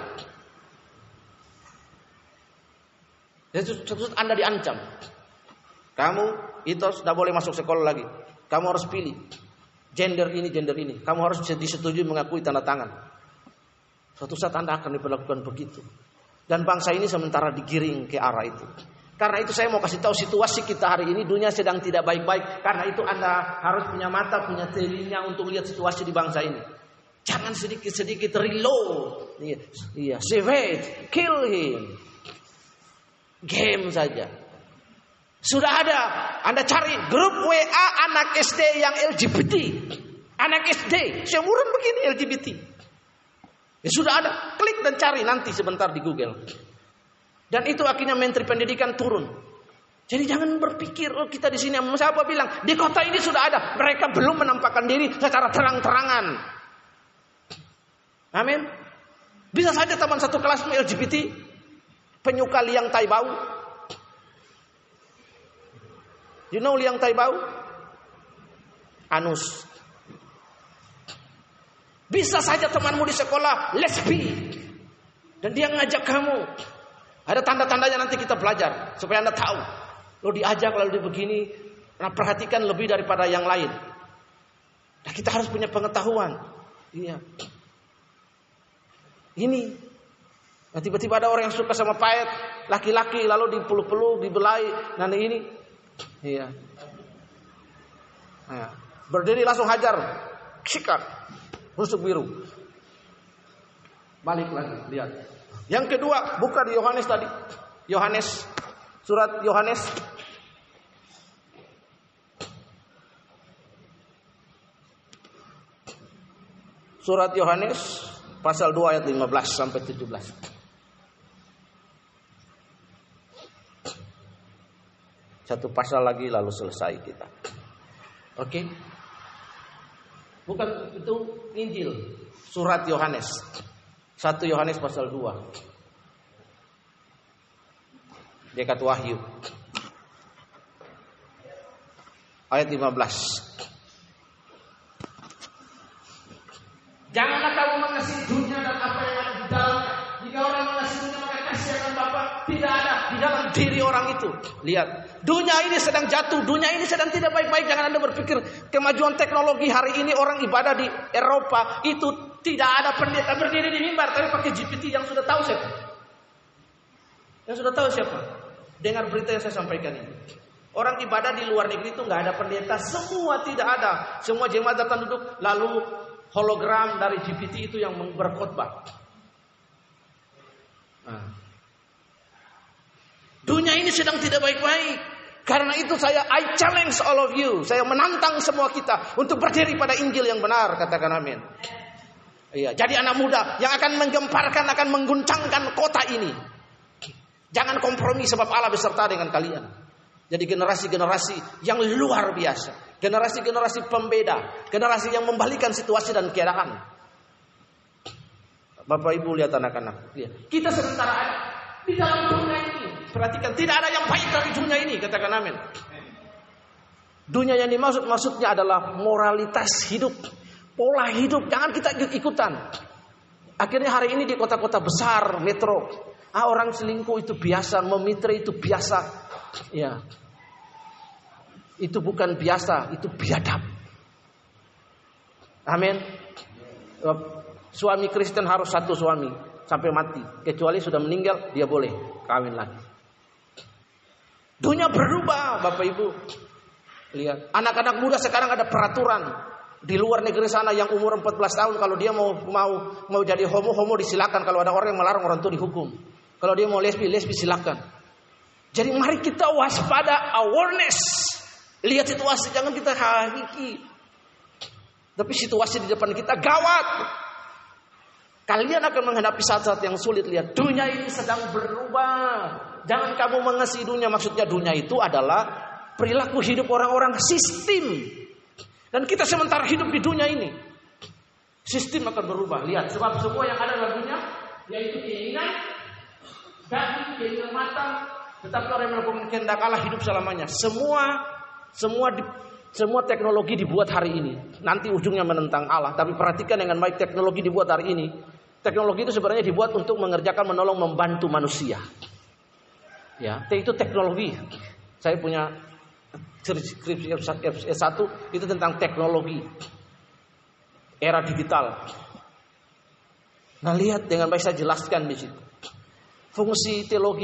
Jadi Anda diancam. Kamu itu sudah boleh masuk sekolah lagi. Kamu harus pilih gender ini, gender ini. Kamu harus disetujui mengakui tanda tangan. Suatu saat Anda akan diperlakukan begitu. Dan bangsa ini sementara digiring ke arah itu. Karena itu saya mau kasih tahu situasi kita hari ini, dunia sedang tidak baik-baik. Karena itu Anda harus punya mata, punya telinga untuk lihat situasi di bangsa ini. Jangan sedikit-sedikit reload. Iya, save, kill him. Game saja. Sudah ada. Anda cari grup WA anak SD yang LGBT. Anak SD, seumuran begini LGBT. Ya sudah ada. Klik dan cari nanti sebentar di Google. Dan itu akhirnya Menteri Pendidikan turun. Jadi jangan berpikir kita di sini. Siapa bilang di kota ini sudah ada. Mereka belum menampakkan diri secara terang-terangan. Amin. Bisa saja teman satu kelas LGBT penyuka liang tai bau. You know liang tai bau? Anus. Bisa saja temanmu di sekolah lesbi dan dia ngajak kamu. Ada tanda-tandanya nanti kita belajar supaya Anda tahu. Lo diajak lalu begini, nah perhatikan lebih daripada yang lain. Nah, kita harus punya pengetahuan. Iya. Ini. Nah, tiba-tiba ada orang yang suka sama payet, laki-laki lalu dipeluk-peluk, dibelai, nanti ini. Iya. Nah, berdiri langsung hajar, sikat, rusuk biru. Balik lagi, lihat. Yang kedua, buka di Yohanes tadi. Yohanes, surat Yohanes. Surat Yohanes pasal 2 ayat 15 sampai 17. Satu pasal lagi lalu selesai kita. Oke. Bukan itu Injil, surat Yohanes. 1 Yohanes pasal 2. Dekat Wahyu. Ayat 15. Janganlah kamu mengasihi dunia dan apa yang ada di dalamnya. Jika orang mengasihi dunia maka kasih akan Bapa tidak ada di dalam diri orang itu. Lihat, dunia ini sedang jatuh, dunia ini sedang tidak baik-baik. Jangan Anda berpikir kemajuan teknologi hari ini orang ibadah di Eropa itu tidak ada pendeta berdiri di mimbar tapi pakai GPT. Yang sudah tahu siapa? Yang sudah tahu siapa? Dengar berita yang saya sampaikan ini. Orang ibadah di luar negeri itu nggak ada pendeta, semua tidak ada. Semua jemaat datang duduk, lalu hologram dari GPT itu yang berkhotbah. Dunia ini sedang tidak baik-baik. Karena itu I challenge all of you. Saya menantang semua kita untuk berdiri pada Injil yang benar. Katakan amin. Iya, jadi anak muda yang akan menggemparkan, akan mengguncangkan kota ini. Jangan kompromi sebab Allah beserta dengan kalian. Jadi generasi-generasi yang luar biasa. Generasi-generasi pembeda. Generasi yang membalikan situasi dan keadaan. Bapak Ibu lihat anak-anak. Kita sementara ada di dalam dunia ini. Perhatikan, tidak ada yang baik dari dunia ini. Katakan amin. Dunia yang maksudnya adalah moralitas hidup. Pola hidup. Jangan kita ikut-ikutan. Akhirnya hari ini di kota-kota besar, metro. Orang selingkuh itu biasa. Memitra itu biasa. Ya, itu bukan biasa, itu biadab. Amin. Suami Kristen harus satu suami sampai mati, kecuali sudah meninggal dia boleh kawin lagi. Dunia berubah, Bapak Ibu. Lihat, anak-anak muda sekarang ada peraturan di luar negeri sana yang umur 14 tahun kalau dia mau jadi homo disilakan. Kalau ada orang yang melarang, orang itu dihukum. Kalau dia mau lesbi silakan. Jadi mari kita waspada, awareness. Lihat situasi, jangan kita hakiki. Tapi situasi di depan kita gawat. Kalian akan menghadapi saat-saat yang sulit. Lihat, dunia ini sedang berubah. Jangan kamu mengasihi dunia. Maksudnya dunia itu adalah perilaku hidup orang-orang, sistem. Dan kita sementara hidup di dunia ini. Sistem akan berubah. Lihat, sebab semua yang ada dalam dunia, yaitu keinginan, daging, keinginan mata. Tetapi orang yang melakukan kehendak Allah hidup selamanya. Semua teknologi dibuat hari ini. Nanti ujungnya menentang Allah. Tapi perhatikan dengan baik, teknologi dibuat hari ini. Teknologi itu sebenarnya dibuat untuk mengerjakan, menolong, membantu manusia. Ya, itu teknologi. Saya punya skripsi S1 itu tentang teknologi. Era digital. Nah, lihat dengan baik saya jelaskan di situ. Fungsi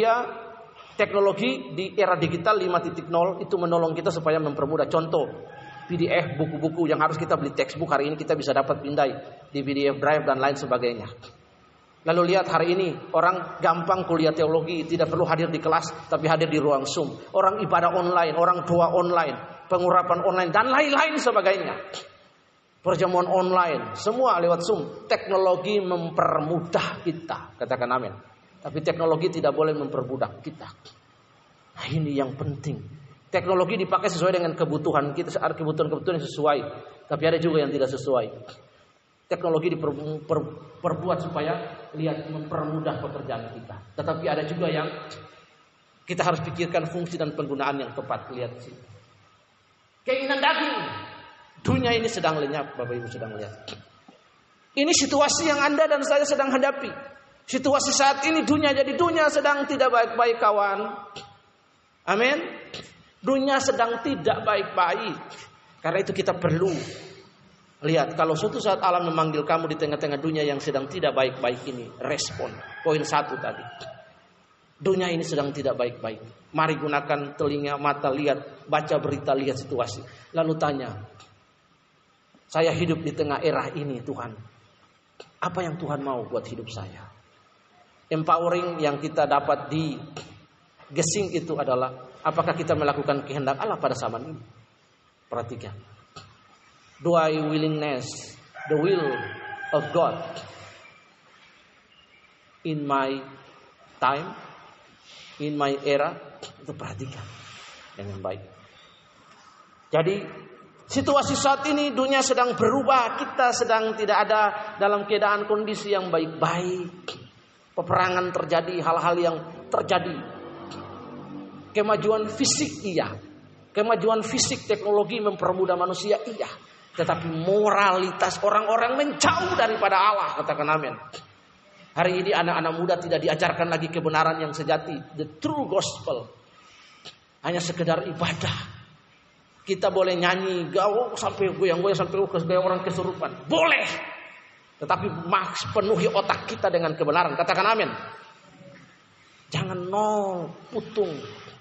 teknologi di era digital 5.0 itu menolong kita supaya mempermudah. Contoh, PDF, buku-buku yang harus kita beli textbook hari ini kita bisa dapat pindai di PDF Drive dan lain sebagainya. Lalu lihat hari ini orang gampang kuliah teologi, tidak perlu hadir di kelas tapi hadir di ruang Zoom. Orang ibadah online, orang doa online, pengurapan online dan lain-lain sebagainya. Perjamuan online, semua lewat Zoom. Teknologi mempermudah kita, katakan amin. Tapi teknologi tidak boleh memperbudak kita. Nah, ini yang penting. Teknologi dipakai sesuai dengan kebutuhan kita, kebutuhan yang sesuai. Tapi ada juga yang tidak sesuai. Teknologi diperbuat supaya lihat mempermudah pekerjaan kita. Tetapi ada juga yang kita harus pikirkan fungsi dan penggunaan yang tepat. Lihat sih. Keinginan daging. Dunia ini sedang lenyap, Bapak Ibu sedang lihat. Ini situasi yang Anda dan saya sedang hadapi. Situasi saat ini dunia sedang tidak baik-baik, kawan. Amin. Dunia sedang tidak baik-baik. Karena itu kita perlu lihat, kalau suatu saat Allah memanggil kamu di tengah-tengah dunia yang sedang tidak baik-baik ini, respon. Poin 1 tadi. Dunia ini sedang tidak baik-baik. Mari gunakan telinga, mata, lihat, baca berita, lihat situasi. Lalu tanya, saya hidup di tengah era ini, Tuhan. Apa yang Tuhan mau buat hidup saya? Empowering yang kita dapat di Gesing itu adalah apakah kita melakukan kehendak Allah pada zaman ini? Perhatikan. Do I willingness the will of God in my time, in my era? Itu perhatikan dengan baik. Jadi situasi saat ini dunia sedang berubah, kita sedang tidak ada dalam keadaan kondisi yang baik-baik. Peperangan terjadi, hal-hal yang terjadi. Kemajuan fisik iya. Kemajuan fisik teknologi mempermudah manusia iya. Tetapi moralitas orang-orang menjauh daripada Allah, katakan amin. Hari ini anak-anak muda tidak diajarkan lagi kebenaran yang sejati, the true gospel. Hanya sekedar ibadah. Kita boleh nyanyi gaul sampai goyang-goyang sampai kayak orang kesurupan. Boleh. Tetapi penuhi otak kita dengan kebenaran. Katakan amin. Jangan nol putung.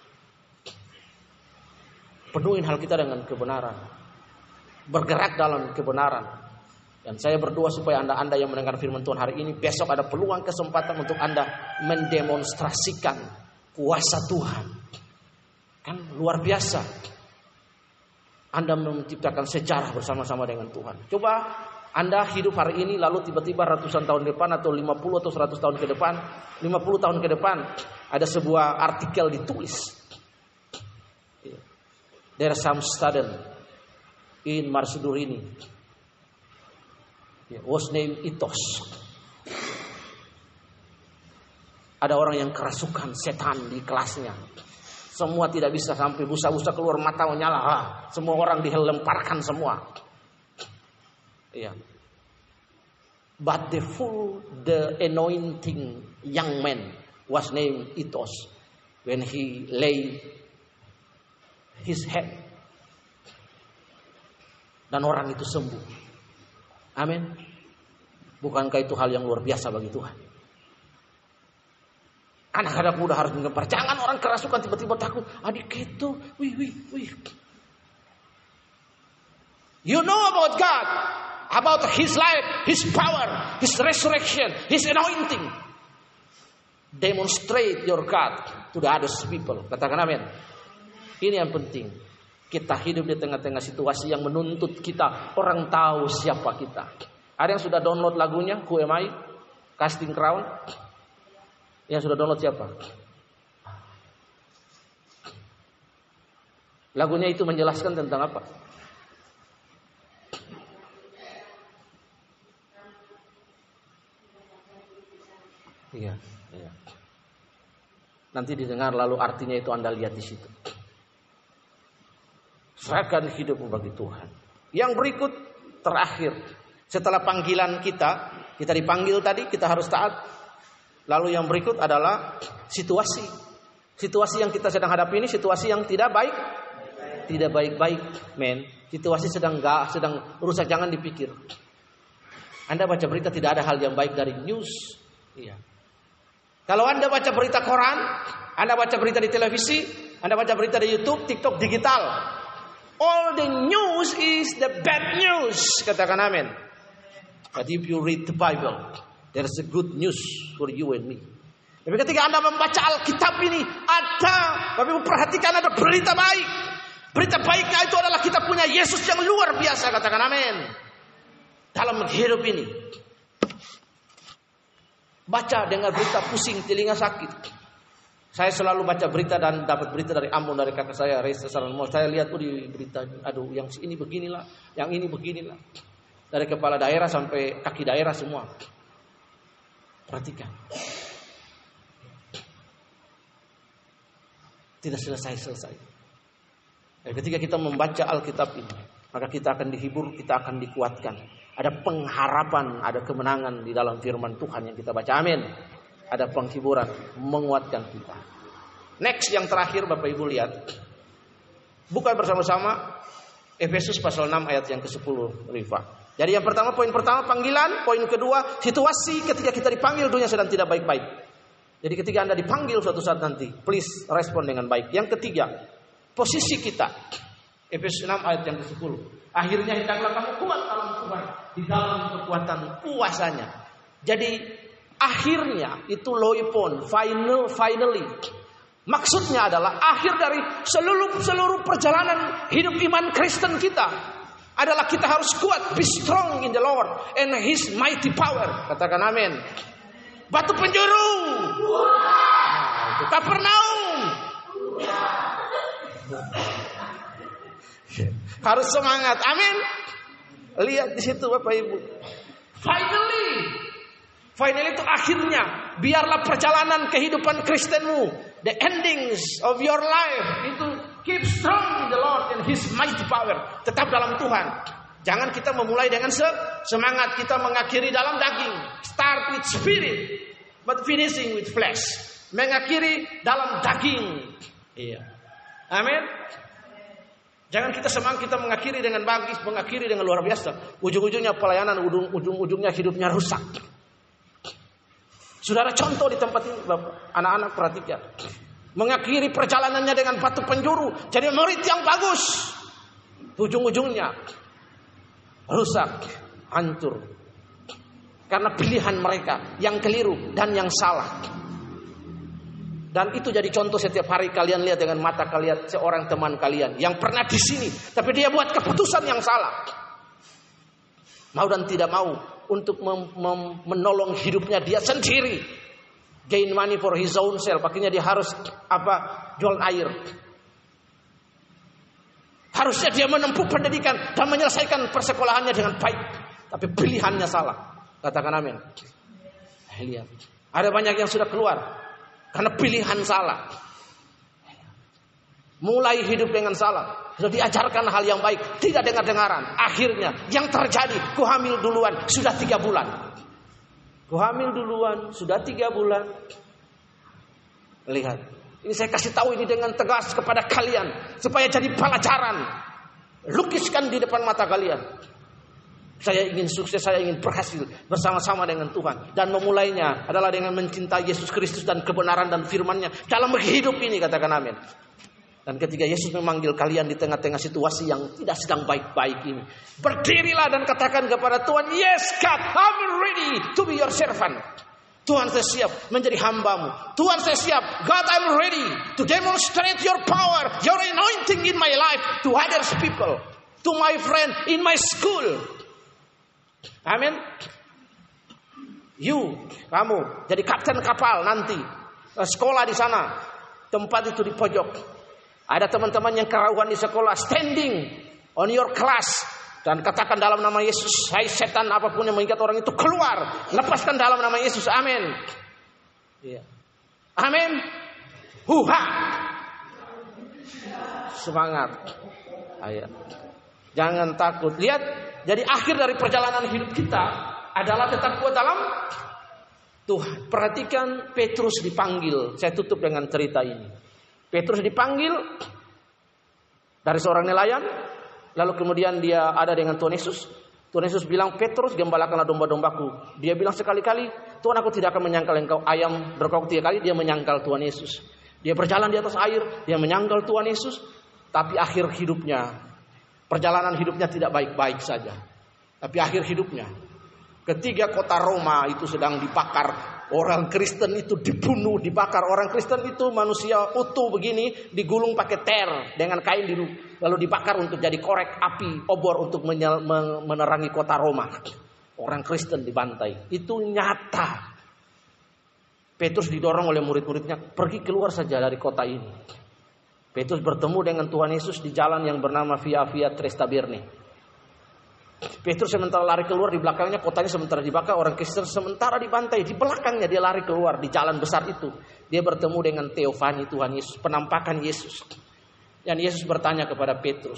Penuhin hal kita dengan kebenaran. Bergerak dalam kebenaran. Dan saya berdoa supaya Anda yang mendengar firman Tuhan hari ini, besok ada peluang kesempatan untuk Anda mendemonstrasikan kuasa Tuhan. Kan luar biasa. Anda menciptakan sejarah bersama-sama dengan Tuhan. Coba Anda hidup hari ini lalu tiba-tiba ratusan tahun ke depan atau 50 atau 100 tahun ke depan, 50 tahun ke depan ada sebuah artikel ditulis. There some student in Marsudurini was named Ethos. Ada orang yang kerasukan setan di kelasnya. Semua tidak bisa sampai busa-busa keluar mata menyala. Semua orang dilemparkan semua. But the anointing young man was named Ethos when he lay his head. Dan orang itu sembuh. Amin. Bukankah itu hal yang luar biasa bagi Tuhan? Anak-anak muda harus menggempar. Jangan orang kerasukan tiba-tiba takut. Adik itu, wih. You know about God, about His life, His power, His resurrection, His anointing. Demonstrate your God to the other people. Katakan amin. Ini yang penting. Kita hidup di tengah-tengah situasi yang menuntut kita orang tahu siapa kita. Ada yang sudah download lagunya Who Am I? Casting Crown. Yang sudah download siapa? Lagunya itu menjelaskan tentang apa? Iya. Nanti didengar lalu artinya itu Anda lihat di situ. Serahkan hidupmu bagi Tuhan. Yang berikut terakhir, setelah panggilan kita dipanggil tadi, kita harus taat. Lalu yang berikut adalah situasi. Situasi yang kita sedang hadapi ini situasi yang tidak baik. Tidak baik-baik, men. Situasi sedang rusak, jangan dipikir. Anda baca berita tidak ada hal yang baik dari news. Iya. Kalau Anda baca berita koran, Anda baca berita di televisi, Anda baca berita di YouTube, TikTok, digital. All the news is the bad news. Katakan amin. But if you read the Bible, there is a good news for you and me. Tapi ketika Anda membaca Alkitab ini, Bapak Ibu perhatikan ada berita baik. Berita baiknya itu adalah kita punya Yesus yang luar biasa. Katakan amin. Dalam hidup ini. Baca, dengar berita pusing, telinga sakit. Saya selalu baca berita dan dapat berita dari Ambon, dari kakak saya, Reza Saranmo. Saya lihat di berita, aduh yang ini beginilah, yang ini beginilah. Dari kepala daerah sampai kaki daerah semua. Perhatikan. Tidak selesai. Dan ketika kita membaca Alkitab ini, maka kita akan dihibur, kita akan dikuatkan. Ada pengharapan, ada kemenangan di dalam firman Tuhan yang kita baca. Amin. Ada penghiburan, menguatkan kita. Next yang terakhir Bapak Ibu lihat. Buka bersama-sama Efesus pasal 6 ayat yang ke-10 Rifa. Jadi yang pertama, poin pertama panggilan. Poin kedua, situasi ketika kita dipanggil dunia sedang tidak baik-baik. Jadi ketika Anda dipanggil suatu saat nanti, please respon dengan baik. Yang ketiga, posisi kita. Efesus 6 ayat yang ke-10. Akhirnya hendaklah kamu kuat dalam Tuhan, di dalam kekuatan kuasanya. Jadi akhirnya itu loipon, finally. Maksudnya adalah akhir dari seluruh perjalanan hidup iman Kristen kita adalah kita harus kuat, be strong in the Lord and His mighty power. Katakan amin. Batu penjuru. Itu Kapernaum. Harus semangat. Amin. Lihat di situ Bapak Ibu. Finally itu akhirnya. Biarlah perjalanan kehidupan Kristenmu, the endings of your life, itu keep strong in the Lord and His mighty power. Tetap dalam Tuhan. Jangan kita memulai dengan semangat, kita mengakhiri dalam daging. Start with spirit, but finishing with flesh. Mengakhiri dalam daging. Iya. Amin. Jangan kita semangat, kita mengakhiri dengan bagus, mengakhiri dengan luar biasa. Ujung-ujungnya pelayanan, ujung-ujungnya hidupnya rusak. Saudara, contoh di tempat ini, Bapak, anak-anak perhatikan. Mengakhiri perjalanannya dengan batu penjuru, jadi murid yang bagus. Ujung-ujungnya rusak, hancur. Karena pilihan mereka yang keliru dan yang salah. Dan itu jadi contoh setiap hari kalian lihat dengan mata kalian seorang teman kalian yang pernah di sini, tapi dia buat keputusan yang salah. Mau dan tidak mau untuk menolong hidupnya dia sendiri. Gain money for his own self. Akhirnya dia harus jual air. Harusnya dia menempuh pendidikan dan menyelesaikan persekolahannya dengan baik, tapi pilihannya salah. Katakan amin. Lihat, ada banyak yang sudah keluar karena pilihan salah. Mulai hidup dengan salah, sudah diajarkan hal yang baik, tidak dengar-dengaran. Akhirnya yang terjadi, ku hamil duluan, sudah 3 bulan. Ku hamil duluan, sudah 3 bulan. Lihat, ini saya kasih tahu ini dengan tegas kepada kalian supaya jadi pelajaran. Lukiskan di depan mata kalian. Saya ingin sukses, saya ingin berhasil bersama-sama dengan Tuhan. Dan memulainya adalah dengan mencintai Yesus Kristus dan kebenaran dan firman-Nya dalam hidup ini, katakan amin. Dan ketika Yesus memanggil kalian di tengah-tengah situasi yang tidak sedang baik-baik ini, berdirilah dan katakan kepada Tuhan, yes God, I'm ready to be your servant. Tuhan, saya siap menjadi hambamu. Tuhan, saya siap, God, I'm ready to demonstrate your power, your anointing in my life to others people, to my friend in my school. Amin. Kamu jadi kapten kapal nanti, sekolah di sana, tempat itu di pojok. Ada teman-teman yang kerauhan di sekolah, standing on your class, dan katakan dalam nama Yesus, hai setan apapun yang mengikat orang itu keluar, lepaskan dalam nama Yesus. Amin. Ya. Amin. Huha. Semangat. Ayo. Jangan takut. Lihat, jadi akhir dari perjalanan hidup kita adalah tetap kuat dalam Tuhan. Perhatikan Petrus dipanggil. Saya tutup dengan cerita ini. Petrus dipanggil dari seorang nelayan, lalu kemudian dia ada dengan Tuhan Yesus. Tuhan Yesus bilang, Petrus, gembalakanlah domba-dombaku. Dia bilang sekali-kali, Tuhan, aku tidak akan menyangkal engkau. Ayam berkokok 3 kali, dia menyangkal Tuhan Yesus. Dia berjalan di atas air, dia menyangkal Tuhan Yesus. Tapi akhir hidupnya, perjalanan hidupnya tidak baik-baik saja. Tapi akhir hidupnya, ketika kota Roma itu sedang dibakar, orang Kristen itu dibunuh, dibakar. Orang Kristen itu manusia utuh begini, digulung pakai ter dengan kain lalu dibakar untuk jadi korek api obor untuk menerangi kota Roma. Orang Kristen dibantai. Itu nyata. Petrus didorong oleh murid-muridnya, pergi keluar saja dari kota ini. Petrus bertemu dengan Tuhan Yesus di jalan yang bernama Via Tres Taberni. Petrus sementara lari keluar, di belakangnya kotanya sementara dibakar, orang Kristen sementara dibantai, di belakangnya dia lari keluar di jalan besar itu. Dia bertemu dengan Teofani Tuhan Yesus, penampakan Yesus. Dan Yesus bertanya kepada Petrus,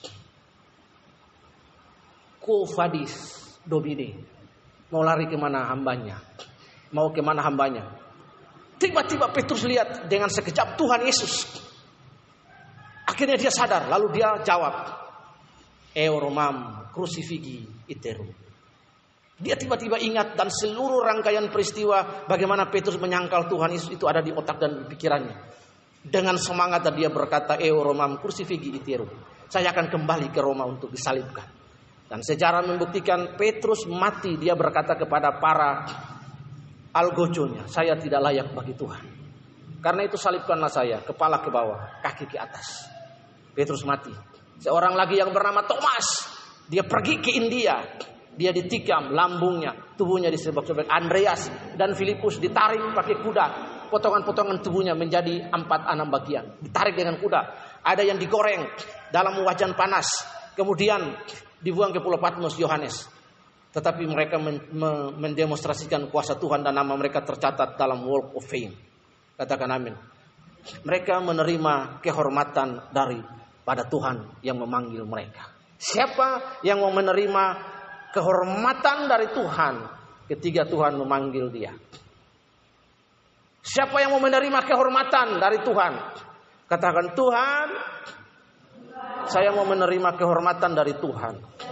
Ko vadis domine, mau lari kemana hambanya? Mau kemana hambanya? Tiba-tiba Petrus lihat dengan sekejap Tuhan Yesus. Akhirnya dia sadar, lalu dia jawab, Euromam crucifigi iteru. Dia tiba-tiba ingat dan seluruh rangkaian peristiwa bagaimana Petrus menyangkal Tuhan Yesus itu ada di otak dan pikirannya. Dengan semangat dia berkata, Euromam crucifigi iteru. Saya akan kembali ke Roma untuk disalibkan. Dan sejarah membuktikan Petrus mati. Dia berkata kepada para algojonya, saya tidak layak bagi Tuhan. Karena itu salibkanlah saya, kepala ke bawah, kaki ke atas. Petrus mati. Seorang lagi yang bernama Thomas, dia pergi ke India, dia ditikam lambungnya, tubuhnya disebak-sebak. Andreas dan Filipus ditarik pakai kuda, potongan-potongan tubuhnya menjadi 4-6 bagian, ditarik dengan kuda. Ada yang digoreng dalam wajan panas, kemudian dibuang ke Pulau Patmos. Yohanes, tetapi mereka mendemonstrasikan kuasa Tuhan dan nama mereka tercatat dalam Walk of Fame. Katakan amin. Mereka menerima kehormatan dari pada Tuhan yang memanggil mereka. Siapa yang mau menerima kehormatan dari Tuhan ketika Tuhan memanggil dia? Siapa yang mau menerima kehormatan dari Tuhan? Katakan, Tuhan, saya mau menerima kehormatan dari Tuhan.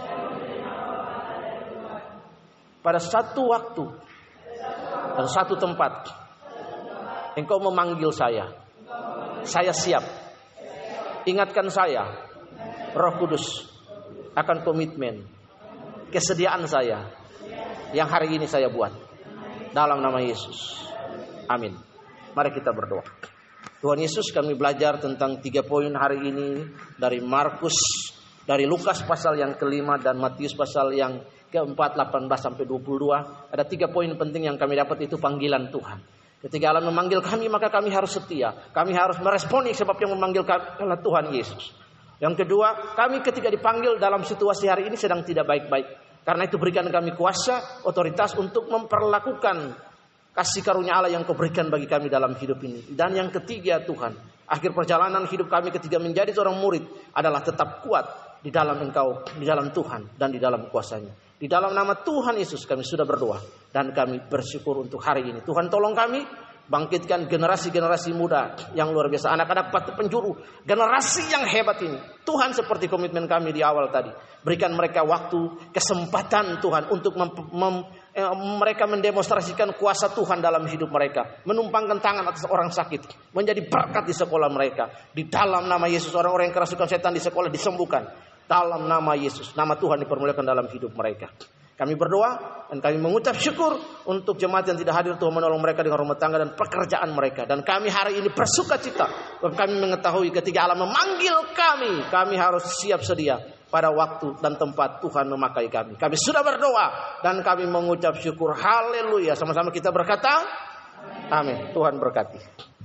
Pada satu waktu dan satu tempat, Engkau memanggil saya. Saya siap. Ingatkan saya, Roh Kudus, akan komitmen, kesediaan saya yang hari ini saya buat. Dalam nama Yesus. Amin. Mari kita berdoa. Tuhan Yesus, kami belajar tentang 3 poin hari ini dari Markus, dari Lukas pasal yang ke-5 dan Matius pasal yang ke-4 18 sampai 22. Ada 3 poin penting yang kami dapat, itu panggilan Tuhan. Ketika Allah memanggil kami, maka kami harus setia. Kami harus meresponi sebab yang memanggil kami adalah Tuhan Yesus. Yang kedua, kami ketika dipanggil dalam situasi hari ini sedang tidak baik-baik. Karena itu berikan kami kuasa, otoritas untuk memperlakukan kasih karunia Allah yang Kau berikan bagi kami dalam hidup ini. Dan yang ketiga, Tuhan, akhir perjalanan hidup kami ketika menjadi seorang murid adalah tetap kuat di dalam Engkau, di dalam Tuhan dan di dalam kuasa-Nya. Di dalam nama Tuhan Yesus kami sudah berdoa dan kami bersyukur untuk hari ini. Tuhan, tolong kami bangkitkan generasi-generasi muda yang luar biasa, anak-anak penjuru, generasi yang hebat ini. Tuhan, seperti komitmen kami di awal tadi, berikan mereka waktu, kesempatan Tuhan untuk mereka mendemonstrasikan kuasa Tuhan dalam hidup mereka, menumpangkan tangan atas orang sakit, menjadi berkat di sekolah mereka. Di dalam nama Yesus, orang-orang yang kerasukan setan di sekolah disembuhkan. Dalam nama Yesus, nama Tuhan dipermuliakan dalam hidup mereka. Kami berdoa dan kami mengucap syukur untuk jemaat yang tidak hadir. Tuhan menolong mereka dengan rumah tangga dan pekerjaan mereka. Dan kami hari ini bersuka cita. Kami mengetahui ketika Allah memanggil kami harus siap sedia pada waktu dan tempat Tuhan memakai kami. Kami sudah berdoa dan kami mengucap syukur. Haleluya. Sama-sama kita berkata, amin. Tuhan berkati.